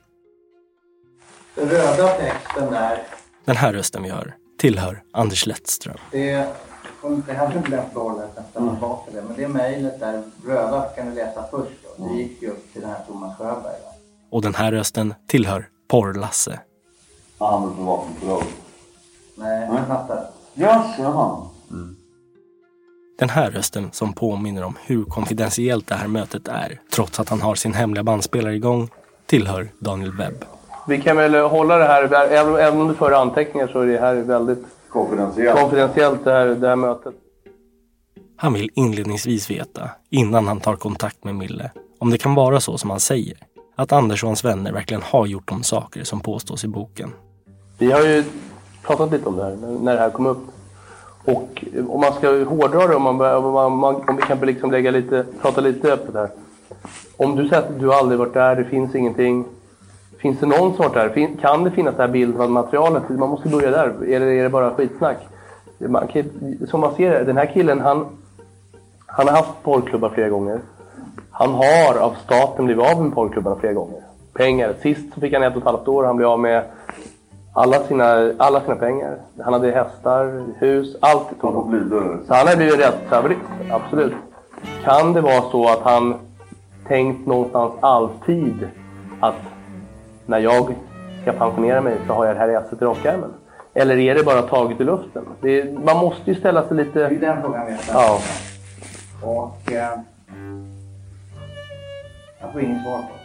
Den röda texten där. Den här rösten vi hör tillhör Anders Lettström. Det Det hade inte lätt att läsa nästan mm. bak till det. Men det mejlet där, röda, kan du läsa först då. Det gick ju upp till den här Thomas Sjöberg. Va? Och den här rösten tillhör Porr-Lasse. Ja, han vill få vapen på dag. Nej, jag fattar. Ja, jaha. Mm. Den här rösten som påminner om hur konfidentiellt det här mötet är, trots att han har sin hemliga bandspelare igång, tillhör Daniel Webb. Vi kan väl hålla det här, även, även om det för anteckningar så är det här väldigt konfidentiellt, konfidentiellt det, här, det här mötet. Han vill inledningsvis veta, innan han tar kontakt med Mille, om det kan vara så som han säger, att Anders och hans vänner verkligen har gjort de saker som påstås i boken. Vi har ju pratat lite om det här när det här kom upp. Och om man ska hårdra det, om, man, om, man, om vi kan liksom lägga lite, prata lite öppet här. Om du säger att du aldrig varit där, det finns ingenting. Finns det någon sort där? Kan det finnas det här bildmaterialet? Man måste börja där. Eller är det bara skitsnack? Man kan, som man ser, den här killen, han, han har haft porrklubbar flera gånger. Han har av staten blivit av med porrklubbarna flera gånger. Pengar. Sist så fick han ett och ett halvt år. Han blev av med alla sina, alla sina pengar. Han hade hästar, hus, allt. Så han hade blivit rättshaverist, absolut. Kan det vara så att han tänkt någonstans alltid att när jag ska pensionera mig så har jag det här ässet i rockärmen? Eller är det bara taget i luften? Det är, man måste ju ställa sig lite... Det är den frågan vi har. Ja. Och eh, jag får ingen svar på det.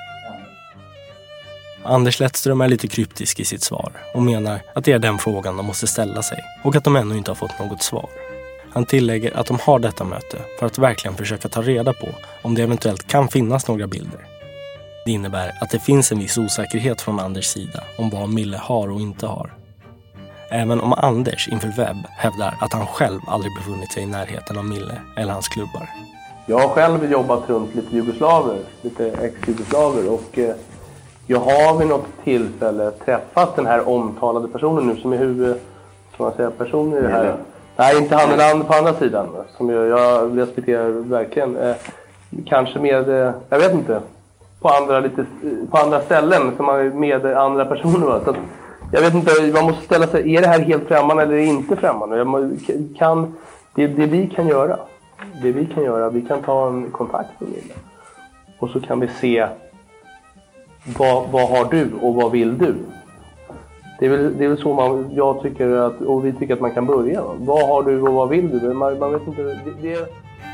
Anders Lettström är lite kryptisk i sitt svar och menar att det är den frågan de måste ställa sig och att de ännu inte har fått något svar. Han tillägger att de har detta möte för att verkligen försöka ta reda på om det eventuellt kan finnas några bilder. Det innebär att det finns en viss osäkerhet från Anders sida om vad Mille har och inte har. Även om Anders inför webb hävdar att han själv aldrig befunnit sig i närheten av Mille eller hans klubbar. Jag har själv jobbat runt lite jugoslaver, lite ex-jugoslaver och eh, jag har vid något tillfälle träffat den här omtalade personen nu som är huvud, som man säger, personen i det här. Nej, inte han eller på andra sidan som jag, jag respekterar verkligen. Eh, kanske med, eh, jag vet inte, på andra, lite, på andra ställen som man med andra personer. Va? Så att, jag vet inte, man måste ställa sig, är det här helt främmande eller inte främmande? Jag kan, det, det vi kan göra, det vi kan göra, vi kan ta en kontakt med Mille. Och så kan vi se vad, vad har du och vad vill du? Det är väl, det är väl så man, jag tycker att, och vi tycker att man kan börja. Va? Vad har du och vad vill du? Man, man vet inte, det, det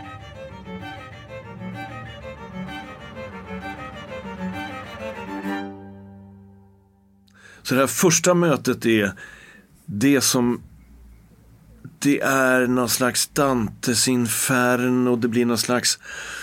Så det här första mötet är det som det är någon slags Dantes inferno, och det blir någon slags,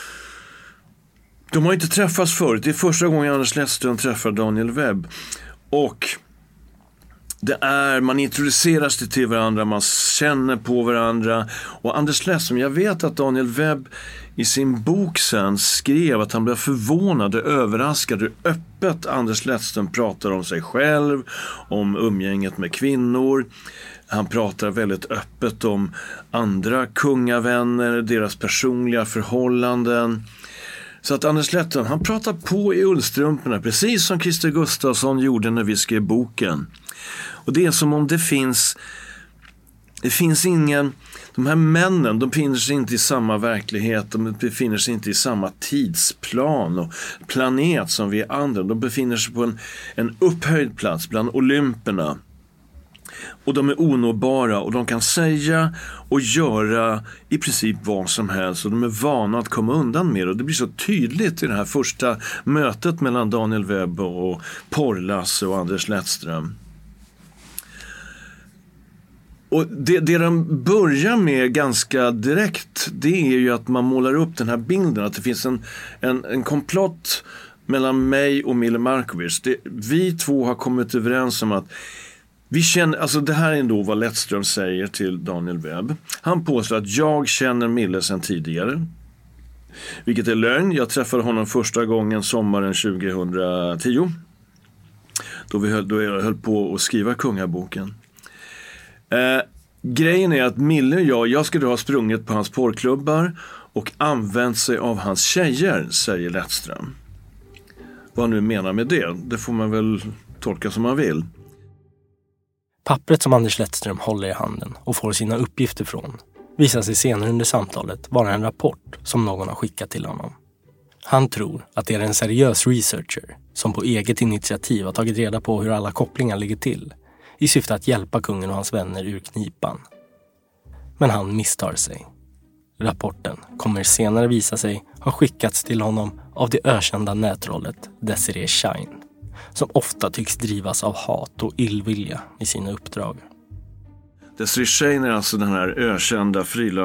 de har inte träffats förut. Det är första gången Anders Lettström träffar Daniel Webb, och det är, man introduceras till varandra, man känner på varandra. Och Anders Lettström, jag vet att Daniel Webb i sin bok sen skrev att han blev förvånad och överraskad hur öppet Anders Lettström pratar om sig själv, om umgänget med kvinnor. Han pratar väldigt öppet om andra kungavänner, deras personliga förhållanden. Så att Anders Lettström, han pratar på i ullstrumporna, precis som Christer Gustafsson gjorde när vi skrev boken. Och det är som om det finns, det finns ingen, de här männen, de befinner sig inte i samma verklighet, de befinner sig inte i samma tidsplan och planet som vi andra. De befinner sig på en, en upphöjd plats bland olymperna. Och de är onåbara, och de kan säga och göra i princip vad som helst, och de är vana att komma undan med det. Och det blir så tydligt i det här första mötet mellan Daniel Webb och Porrlasse och Anders Lettström. Och det, det de börjar med ganska direkt, det är ju att man målar upp den här bilden att det finns en, en, en komplott mellan mig och Mille Markovic. Det, vi två har kommit överens om att vi känner, alltså det här är ändå vad Lettström säger till Daniel Webb. Han påstår att jag känner Mille sedan tidigare, vilket är lögn. Jag träffade honom första gången sommaren tjugohundratio, då, vi höll, då jag höll på att skriva Kungaboken. Eh, grejen är att Mille och jag, jag skulle ha sprungit på hans porrklubbar och använt sig av hans tjejer, säger Lettström. Vad han nu menar med det, det får man väl tolka som man vill. Pappret som Anders Lettström håller i handen och får sina uppgifter från visar sig senare under samtalet vara en rapport som någon har skickat till honom. Han tror att det är en seriös researcher som på eget initiativ har tagit reda på hur alla kopplingar ligger till i syfte att hjälpa kungen och hans vänner ur knipan. Men han misstar sig. Rapporten kommer senare visa sig ha skickats till honom av det ökända nätrollet Desiree Schein, som ofta tycks drivas av hat och illvilja i sina uppdrag. Desiree Schein är alltså den här ökända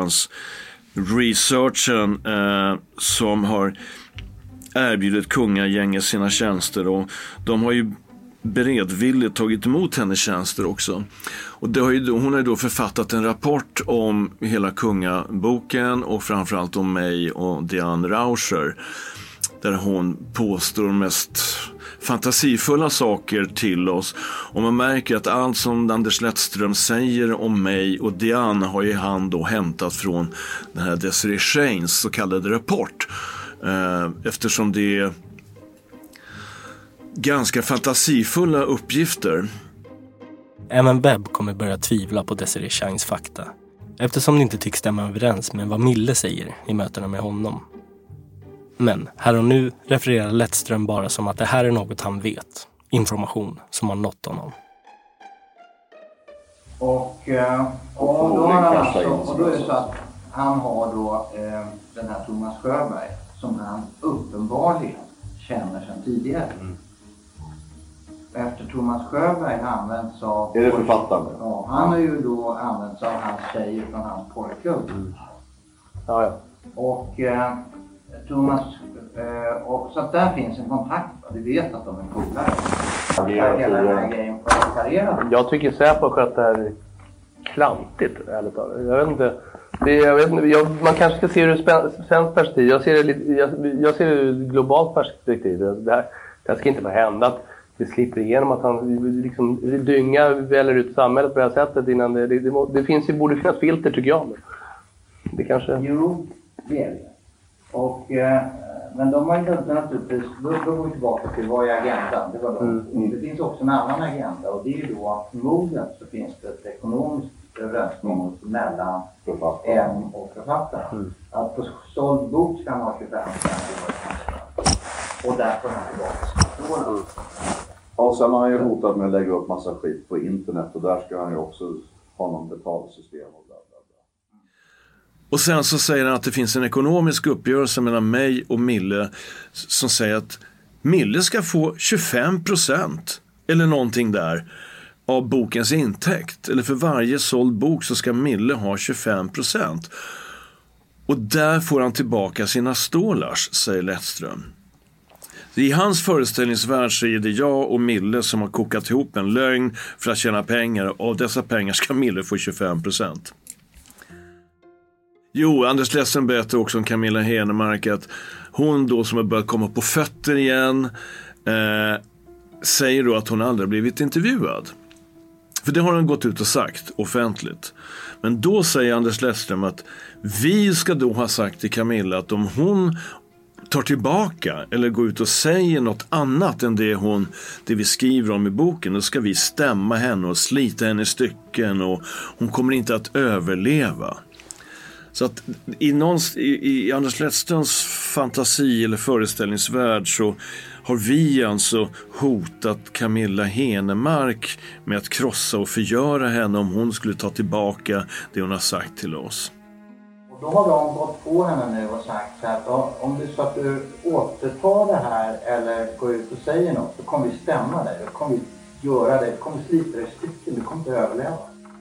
frilans-researchen eh, som har erbjudit kungagänget sina tjänster, och de har ju beredvilligt tagit emot hennes tjänster också. Och det har ju, hon har ju då författat en rapport om hela kungaboken och framförallt om mig och Diane Rauscher, där hon påstår de mest fantasifulla saker till oss. Och man märker att allt som Anders Lettström säger om mig och Diane har ju han då hämtat från den här Desiree Scheins så kallade rapport. Eftersom det är ganska fantasifulla uppgifter. även Webb kommer börja tvivla på Desiree Changs fakta, eftersom det inte tycks stämma överens med vad Mille säger i mötena med honom. Men här och nu refererar Lettström bara som att det här är något han vet, information som har nått honom. Och, eh, och, då, har han alltså, och då är det så att han har då eh, den här Thomas Sjöberg som han uppenbarligen känner sedan tidigare. Mm. Efter Thomas Sjöberg använts av... Är det författaren? Ja, han har ju då använts av hans tjej från hans porrklubb. Mm. Ja, ja. Och eh, Thomas... Eh, och så att där finns en kontakt. Vi vet att de är polare. Hela den här grejen parerad. Jag tycker Säpo har skött det här klantigt, ärligt talat. Jag vet inte... Det, jag vet inte jag, man kanske ska se det ur svenskt perspektiv. Jag ser det, lite, jag, jag ser det ur globalt perspektiv. Det här, det här ska inte bara hända att det slipper igenom att han liksom dyngar väller ut samhället på det här sättet innan det, det, det, det finns ju, borde finnas filter tycker jag. Det kanske... Jo, det är det. Och, eh, men de har inte naturligtvis, då, då går vi tillbaka till vad är agendan. Det, var de. Mm. Det finns också en annan agenda och det är ju då att förmodligen så finns det ett ekonomiskt överenskommelse mellan M och författaren. Mm. Att på såld bok ska han ha tjugofem procent och därför har han tillbaka. Mm. Och sen har han ju hotat med att lägga upp massa skit på internet och där ska han ju också ha någon betalsystem och bla bla bla. Och sen så säger han att det finns en ekonomisk uppgörelse mellan mig och Mille som säger att Mille ska få tjugofem procent eller någonting där av bokens intäkt. Eller för varje såld bok så ska Mille ha tjugofem procent. Och där får han tillbaka sina stålars, säger Lettström. I hans föreställningsvärld så är det jag och Mille som har kokat ihop en lögn för att tjäna pengar. Och av dessa pengar ska Mille få tjugofem procent. Jo, Anders Lettström berättar också om Camilla Henemark att hon då som har börjat komma på fötter igen eh, säger då att hon aldrig blivit intervjuad. För det har han gått ut och sagt offentligt. Men då säger Anders Lettström att vi ska då ha sagt till Camilla att om hon tar tillbaka eller går ut och säger något annat än det, hon, det vi skriver om i boken, då ska vi stämma henne och slita henne i stycken och hon kommer inte att överleva. Så att i, någons, i, i Anders Lettströms fantasi eller föreställningsvärld så har vi alltså hotat Camilla Henemark med att krossa och förgöra henne om hon skulle ta tillbaka det hon har sagt till oss. Och då har de gått på henne nu och sagt att om du så att du återtar det här eller går ut och säger något, då kommer vi stämma dig, då kommer vi göra det, då kommer vi slita dig i stycken, du kommer inte överleva.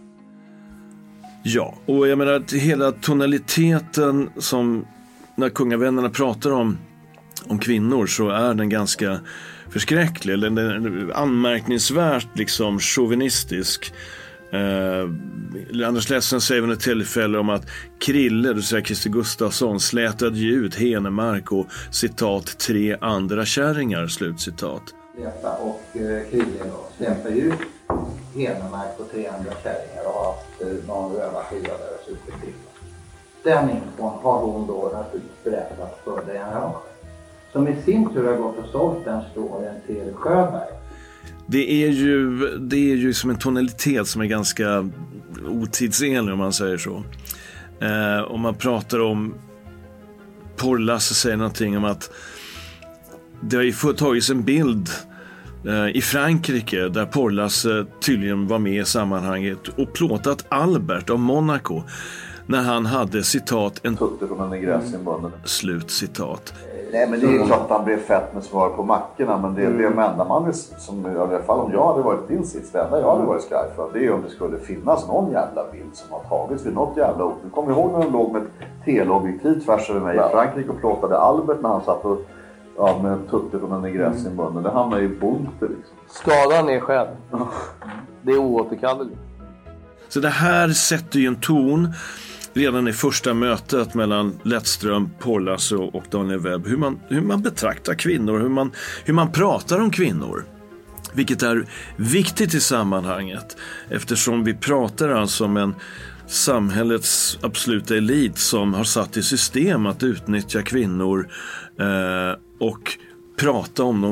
Ja, och jag menar att hela tonaliteten som när kungavännerna pratar om om kvinnor så är den ganska förskräcklig eller den anmärkningsvärt liksom chauvinistisk. Eh, Anders Lettström säger vid ett tillfälle om att Krille, det vill säga Christer Gustafsson, slätade ju ut Henemark och citat tre andra kärringar, slutcitat. Släta och eh, Krille då släpade ut Henemark och tre andra kärringar och haft eh, någon röva skiva där och superkriga. Den infon har hon då naturligtvis berättat för det här. Som i sin tur har gått och sålt den storyn till Sjöberg. Det är ju, det är ju som en tonalitet som är ganska otidsenlig om man säger så. Eh, om man pratar om Porrlasse säger någonting om att det har ju tagits en bild eh, i Frankrike där Porrlasse tydligen var med i sammanhanget och plåtat Albert av Monaco när han hade citat en tutte från en negress i munnen. Slut citat. Nej, men det är klart att han blev fett med svar på mackorna, men det är mm. det enda man som i alla fall om jag hade varit din sits, det enda jag hade varit skraj för det är om det skulle finnas någon jävla bild som har tagits vid något jävla ord. Du kommer ihåg när de låg med ett teleobjektiv tvärs över mig ja. i Frankrike och plåtade Albert när han satt och, ja, med en tutte från en negress mm. i munnen. Det hamnar ju i bunter liksom. Skadan är själv. Det är oåterkalleligt. Så det här sätter ju en ton redan i första mötet mellan Lettström, Porrlasse och Daniel Webb, hur man, hur man betraktar kvinnor, hur man, hur man pratar om kvinnor. Vilket är viktigt i sammanhanget eftersom vi pratar alltså om en samhällets absoluta elit som har satt i system att utnyttja kvinnor eh, och prata om dem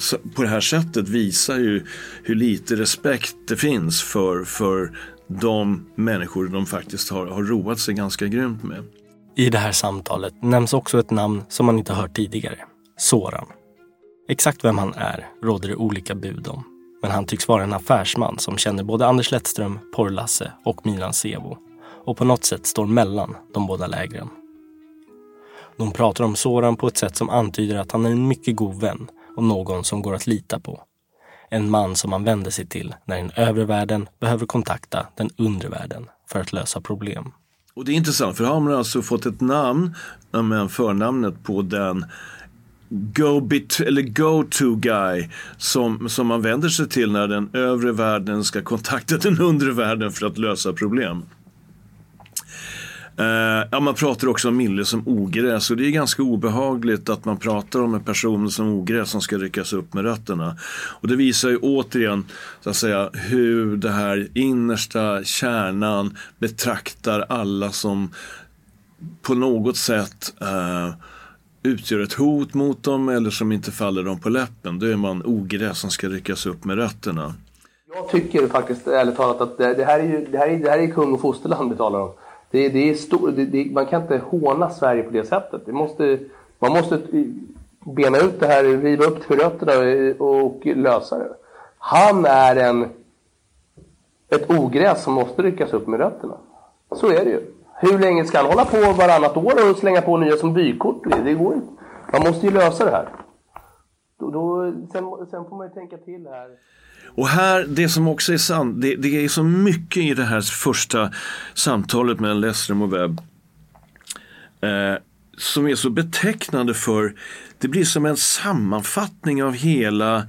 på det här sättet visar ju hur lite respekt det finns för, för de människor de faktiskt har, har roat sig ganska grymt med. I det här samtalet nämns också ett namn som man inte hört tidigare. Soran. Exakt vem han är råder det olika bud om. Men han tycks vara en affärsman som känner både Anders Lettström, Porr-Lasse och Milan Sevo. Och på något sätt står mellan de båda lägren. De pratar om Soran på ett sätt som antyder att han är en mycket god vän och någon som går att lita på. En man som man vänder sig till när den övre världen behöver kontakta den undre världen för att lösa problem. Och det är intressant, för har man alltså fått ett namn med förnamnet på den go-bit eller go-to guy som, som man vänder sig till när den övre världen ska kontakta den undre världen för att lösa problem. Uh, ja, man pratar också om Mille som ogräs, och det är ganska obehagligt att man pratar om en person som ogräs som ska ryckas upp med rötterna. Och det visar ju återigen, så att säga, hur det här innersta kärnan betraktar alla som på något sätt uh, utgör ett hot mot dem eller som inte faller dem på läppen. Då är man ogräs som ska ryckas upp med rötterna. Jag tycker faktiskt ärligt talat att det, det här är ju det här är, det här är kung och fosterland vi talar om. Det, det är stor, det, det, man kan inte håna Sverige på det sättet. Det måste, man måste bena ut det här, riva upp till rötterna och lösa det. Han är en ett ogräs som måste ryckas upp med rötterna. Så är det ju. Hur länge ska han hålla på varannat år och slänga på nya som bykort? Det går inte. Man måste ju lösa det här. Då, då, sen, sen får man ju tänka till här. Och här, det som också är sant, det, det är så mycket i det här första samtalet mellan Lettström och Webb eh, som är så betecknande för, det blir som en sammanfattning av hela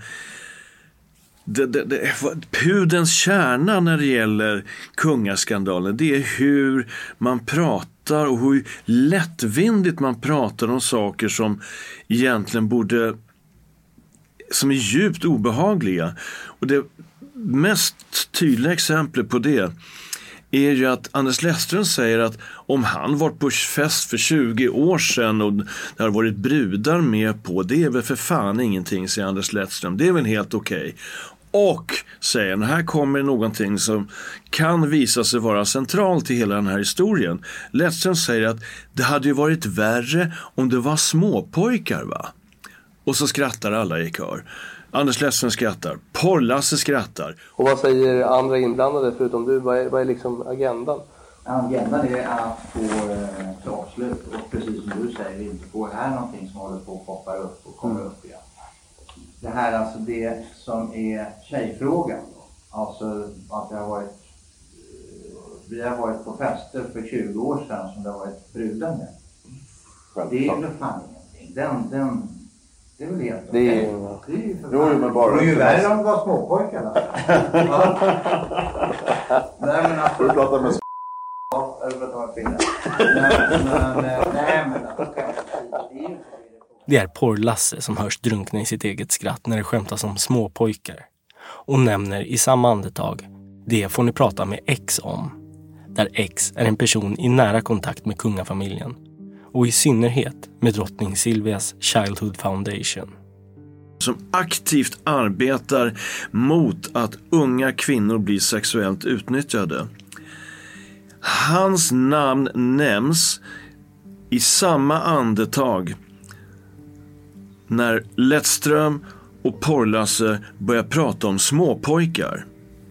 det, det, det, pudens kärna när det gäller kungaskandalen. Det är hur man pratar och hur lättvindigt man pratar om saker som egentligen borde, som är djupt obehagliga. Och det mest tydliga exemplet på det är ju att Anders Lettström säger att om han var på fest för tjugo år sedan och det har varit brudar med på, det är väl för fan ingenting, säger Anders Lettström. Det är väl helt okej. Okay. Och säger han, här kommer någonting som kan visa sig vara centralt i hela den här historien. Lettström säger att det hade ju varit värre om det var småpojkar, va? Och så skrattar alla i kör. Anders Lettström skrattar. Porr-Lasse skrattar. Och vad säger andra inblandade förutom du? Vad är, vad är liksom agendan? Agendan är att få ett avslut. Och precis som du säger, inte få här någonting som håller på att poppa upp och kommer mm. upp igen. Det här är alltså det som är tjejfrågan. Då. Alltså att det har varit... Vi har varit på fester för tjugo år sedan som det har varit brudande. Det är ju fan ingenting. Den... den det är väl helt det är, okay. Det är ju för jo, men bara det är ju värre om det var småpojkar. Nej men alltså... Du pratar med ja, eller pratar med kvinnor. Men, nej men alltså... Det är Porr-Lasse som hörs drunkna i sitt eget skratt när det skämtas om småpojkar. Och nämner i samma andetag, det får ni prata med X om. Där X är en person i nära kontakt med kungafamiljen. Och i synnerhet med drottning Silvias Childhood Foundation. Som aktivt arbetar mot att unga kvinnor blir sexuellt utnyttjade. Hans namn nämns i samma andetag när Lettström och Porr-Lasse börjar prata om småpojkar.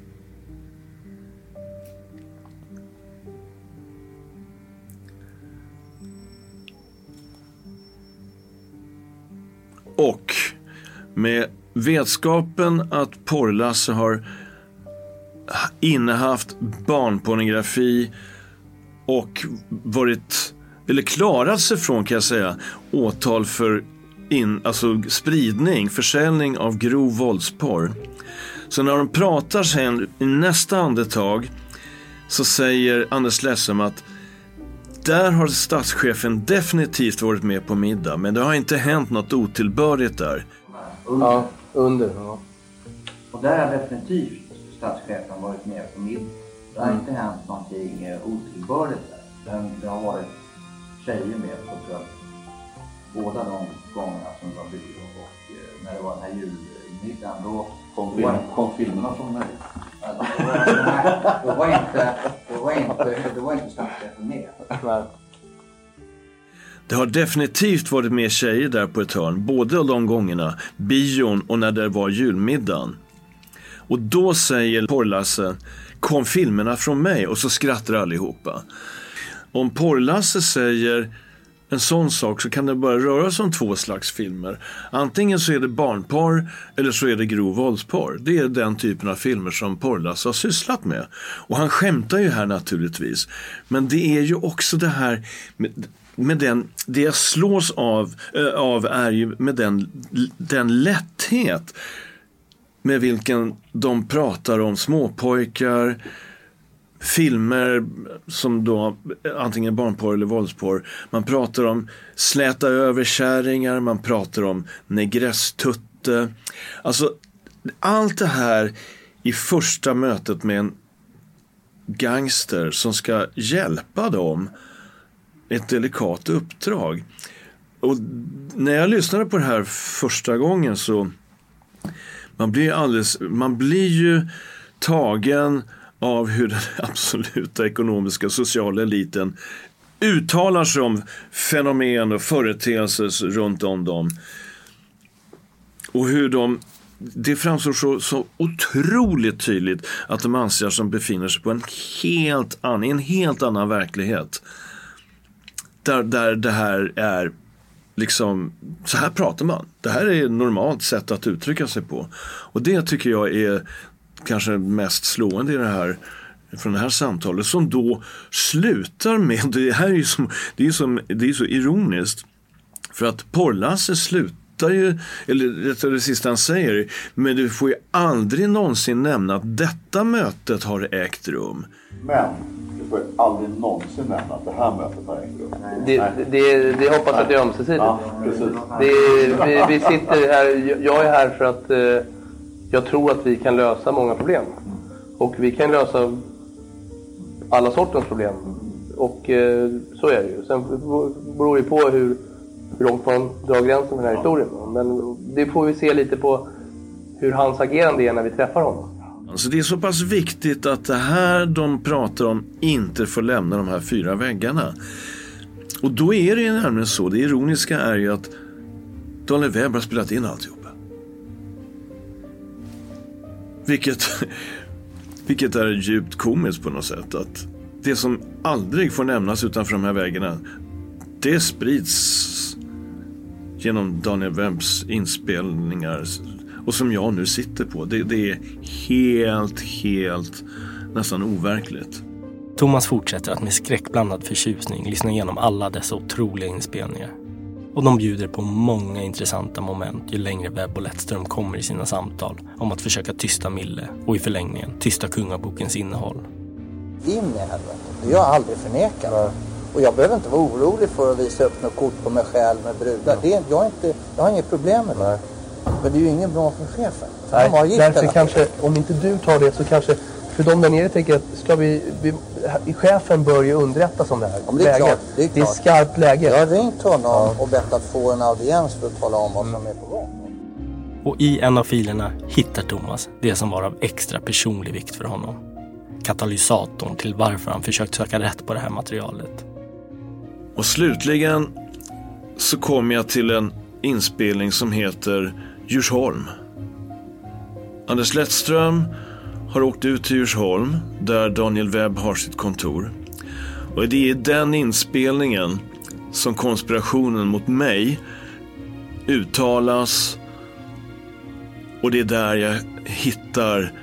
Och med vetskapen att Porr-Lasse har innehaft barnpornografi och varit, eller klarat sig från, kan jag säga, åtal för in, alltså spridning, försäljning av grov våldsporr. Så när de pratar sen i nästa andetag så säger Anders Lettström att där har statschefen definitivt varit med på middag, men det har inte hänt något otillbörligt där. Under. Ja, under. Ja. Och där har definitivt statschefen varit med på middag. Det har mm. inte hänt någonting otillbörligt där. Men det har varit tjejer med på tror jag, båda de gångerna som var byggt och när det var den här jul julmiddagen, då kom, film, kom filmerna från mig. Ja, då, var, då var inte då var inte då var inte snacket för mer. Det har definitivt varit mer tjejer där på ett hörn, både de gångerna, bion och när det var julmiddagen. Och då säger Porrlasse, kom filmerna från mig, och så skrattar allihopa. Om Porrlasse säger en sån sak så kan det bara röra sig om två slags filmer. Antingen så är det barnporr eller så är det grov våldsporr. Det är den typen av filmer som Porrlasse har sysslat med. Och han skämtar ju här naturligtvis. Men det är ju också det här med, med den, det jag slås av, äh, av är ju med den, den lätthet med vilken de pratar om småpojkar, filmer som då antingen barnporr eller våldsporr. Man pratar om släta över kärringar, man pratar om negresstutte. Alltså allt det här i första mötet med en gangster som ska hjälpa dem ett delikat uppdrag. Och när jag lyssnade på det här första gången så man blir alldeles man blir ju tagen av hur den absoluta ekonomiska sociala eliten uttalar sig om fenomen och företeelser runt om dem. Och hur de, det framstår så, så otroligt tydligt att de anser som befinner sig på en helt annan, en helt annan verklighet. Där, där det här är liksom, så här pratar man. Det här är ett normalt sätt att uttrycka sig på. Och det tycker jag är kanske mest slående i det här från det här samtalet, som då slutar med, det här är ju som, det är som, det är så ironiskt, för att Porrlasse slutar ju, eller det sista han säger, men du får ju aldrig någonsin nämna att detta mötet har ägt rum. Men du får ju aldrig någonsin nämna att det här mötet har ägt rum. Det, det, det, det hoppas att det är ömsesidigt. Ja, precis. Det, vi, vi sitter här, jag är här för att eh, jag tror att vi kan lösa många problem. Och vi kan lösa alla sorters problem. Och eh, så är det ju. Sen beror det på hur, hur långt man drar gränsen med den här historien. Men det får vi se lite på hur hans agerande är när vi träffar honom. Alltså det är så pass viktigt att det här de pratar om inte får lämna de här fyra väggarna. Och då är det ju nämligen så. Det ironiska är ju att Daniel Webb har spelat in alltihop. Vilket, vilket är djupt komiskt på något sätt. Att det som aldrig får nämnas utanför de här väggarna, det sprids genom Daniel Webbs inspelningar. Och som jag nu sitter på. Det, det är helt, helt nästan overkligt. Thomas fortsätter att med skräckblandad förtjusning lyssna igenom alla dessa otroliga inspelningar. Och de bjuder på många intressanta moment ju längre Webb och Lettström kommer i sina samtal om att försöka tysta Mille och i förlängningen tysta kungabokens innehåll. In i helvete. Det har jag aldrig förnekat. Och jag behöver inte vara orolig för att visa upp något kort på mig själv med brudar. Det är, jag, är inte, jag har inget problem med det. Men det är ju ingen bra för chefen. Nej, därför kanske, om inte du tar det så kanske, för de där nere tänker att ska vi, vi chefen bör ju underrättas om det här. Ja, det, är klart, det, är det är skarpt läge. Jag har ringt honom ja. och bett att få en audiens för att tala om vad som är på gång. Och i en av filerna hittar Thomas det som var av extra personlig vikt för honom. Katalysatorn till varför han försökt söka rätt på det här materialet. Och slutligen så kom jag till en inspelning som heter Djursholm. Anders Lettström har åkt ut till Djursholm där Daniel Webb har sitt kontor. Och det är den inspelningen som konspirationen mot mig uttalas, och det är där jag hittar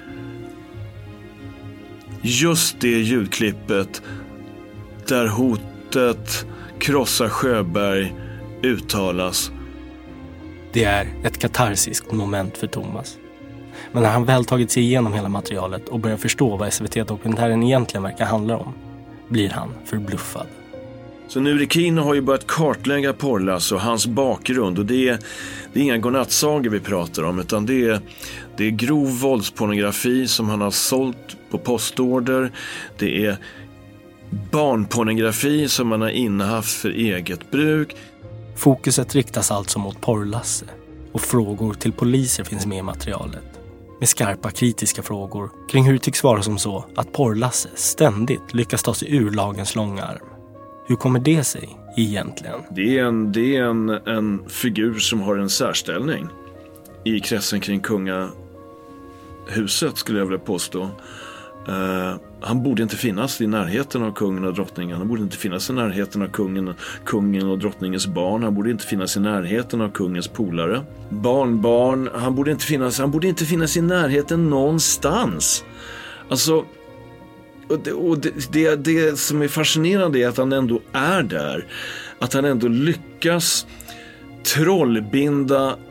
just det ljudklippet där hotet krossa Sjöberg uttalas. Det är ett katarsiskt moment för Thomas. Men när han väl tagit sig igenom hela materialet och börjar förstå vad S V T-dokumentären egentligen verkar handla om, blir han förbluffad. Så Nuri Kino har ju börjat kartlägga Porrlasse och hans bakgrund, och det är, det är inga godnattsagor vi pratar om, utan det är, det är grov våldspornografi som han har sålt på postorder. Det är barnpornografi som han har innehaft för eget bruk. Fokuset riktas alltså mot Porrlasse. och frågor till poliser finns med i materialet. Med skarpa kritiska frågor kring hur det tycks vara som så att Porrlasse ständigt lyckas ta sig ur lagens långa arm. Hur kommer det sig egentligen? Det är en, det är en, en figur som har en särställning i kretsen kring kungahuset, skulle jag vilja påstå. Uh, han borde inte finnas i närheten av kungen och drottningen. Han borde inte finnas i närheten av kungen, kungen och drottningens barn. Han borde inte finnas i närheten av kungens polare. Barnbarn, han borde inte finnas, han borde inte finnas i närheten någonstans. Alltså, och det, och det, det, det som är fascinerande är att han ändå är där. Att han ändå lyckas trollbinda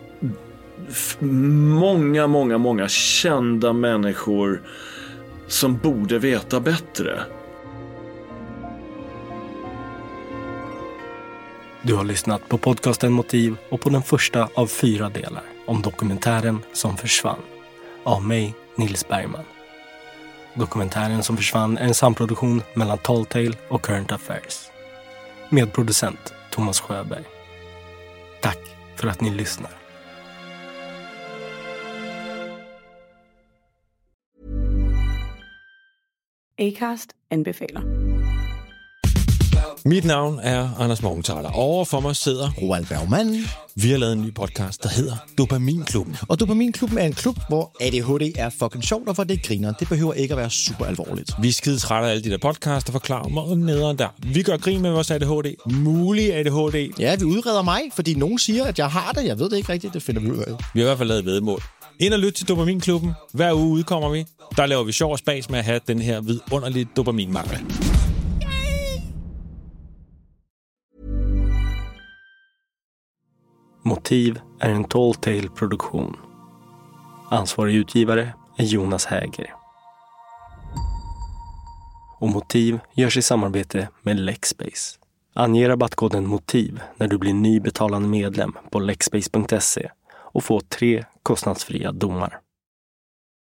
många, många, många kända människor som borde veta bättre. Du har lyssnat på podcasten Motiv och på den första av fyra delar om dokumentären som försvann av mig, Nils Bergman. Dokumentären som försvann är en samproduktion mellan Talltale och Current Affairs. Medproducent Thomas Sjöberg. Tack för att ni lyssnar. Acast anbefaler. Mit navn er Anders Morgenthaler. Overfor mig sidder Roald Bergmann. Vi har lavet en ny podcast, der hedder Dopaminklubben. Og Dopaminklubben er en klub, hvor A D H D er fucking sjovt, og hvor det griner. Det behøver ikke at være super alvorligt. Vi er skide trætte af alle de der podcaster, forklarer mig og nederen der. Vi gør grin med vores A D H D. Mulig A D H D. Ja, vi udreder mig, fordi nogen siger, at jeg har det. Jeg ved det ikke rigtigt, det finder vi ud af. Vi har i hvert fald lavet vedmål. Ind og lyt til Dopaminklubben. Hver uge udkommer vi. Der laver vi sjov og spas med at have den her vidunderlige dopaminmangel. Motiv är en Talltale-produktion. Ansvarig utgivare är Jonas Häger. Och Motiv görs i samarbete med Lexbase. Ange rabattkoden MOTIV när du blir ny betalande medlem på lexbase punkt se och få tre kostnadsfria domar.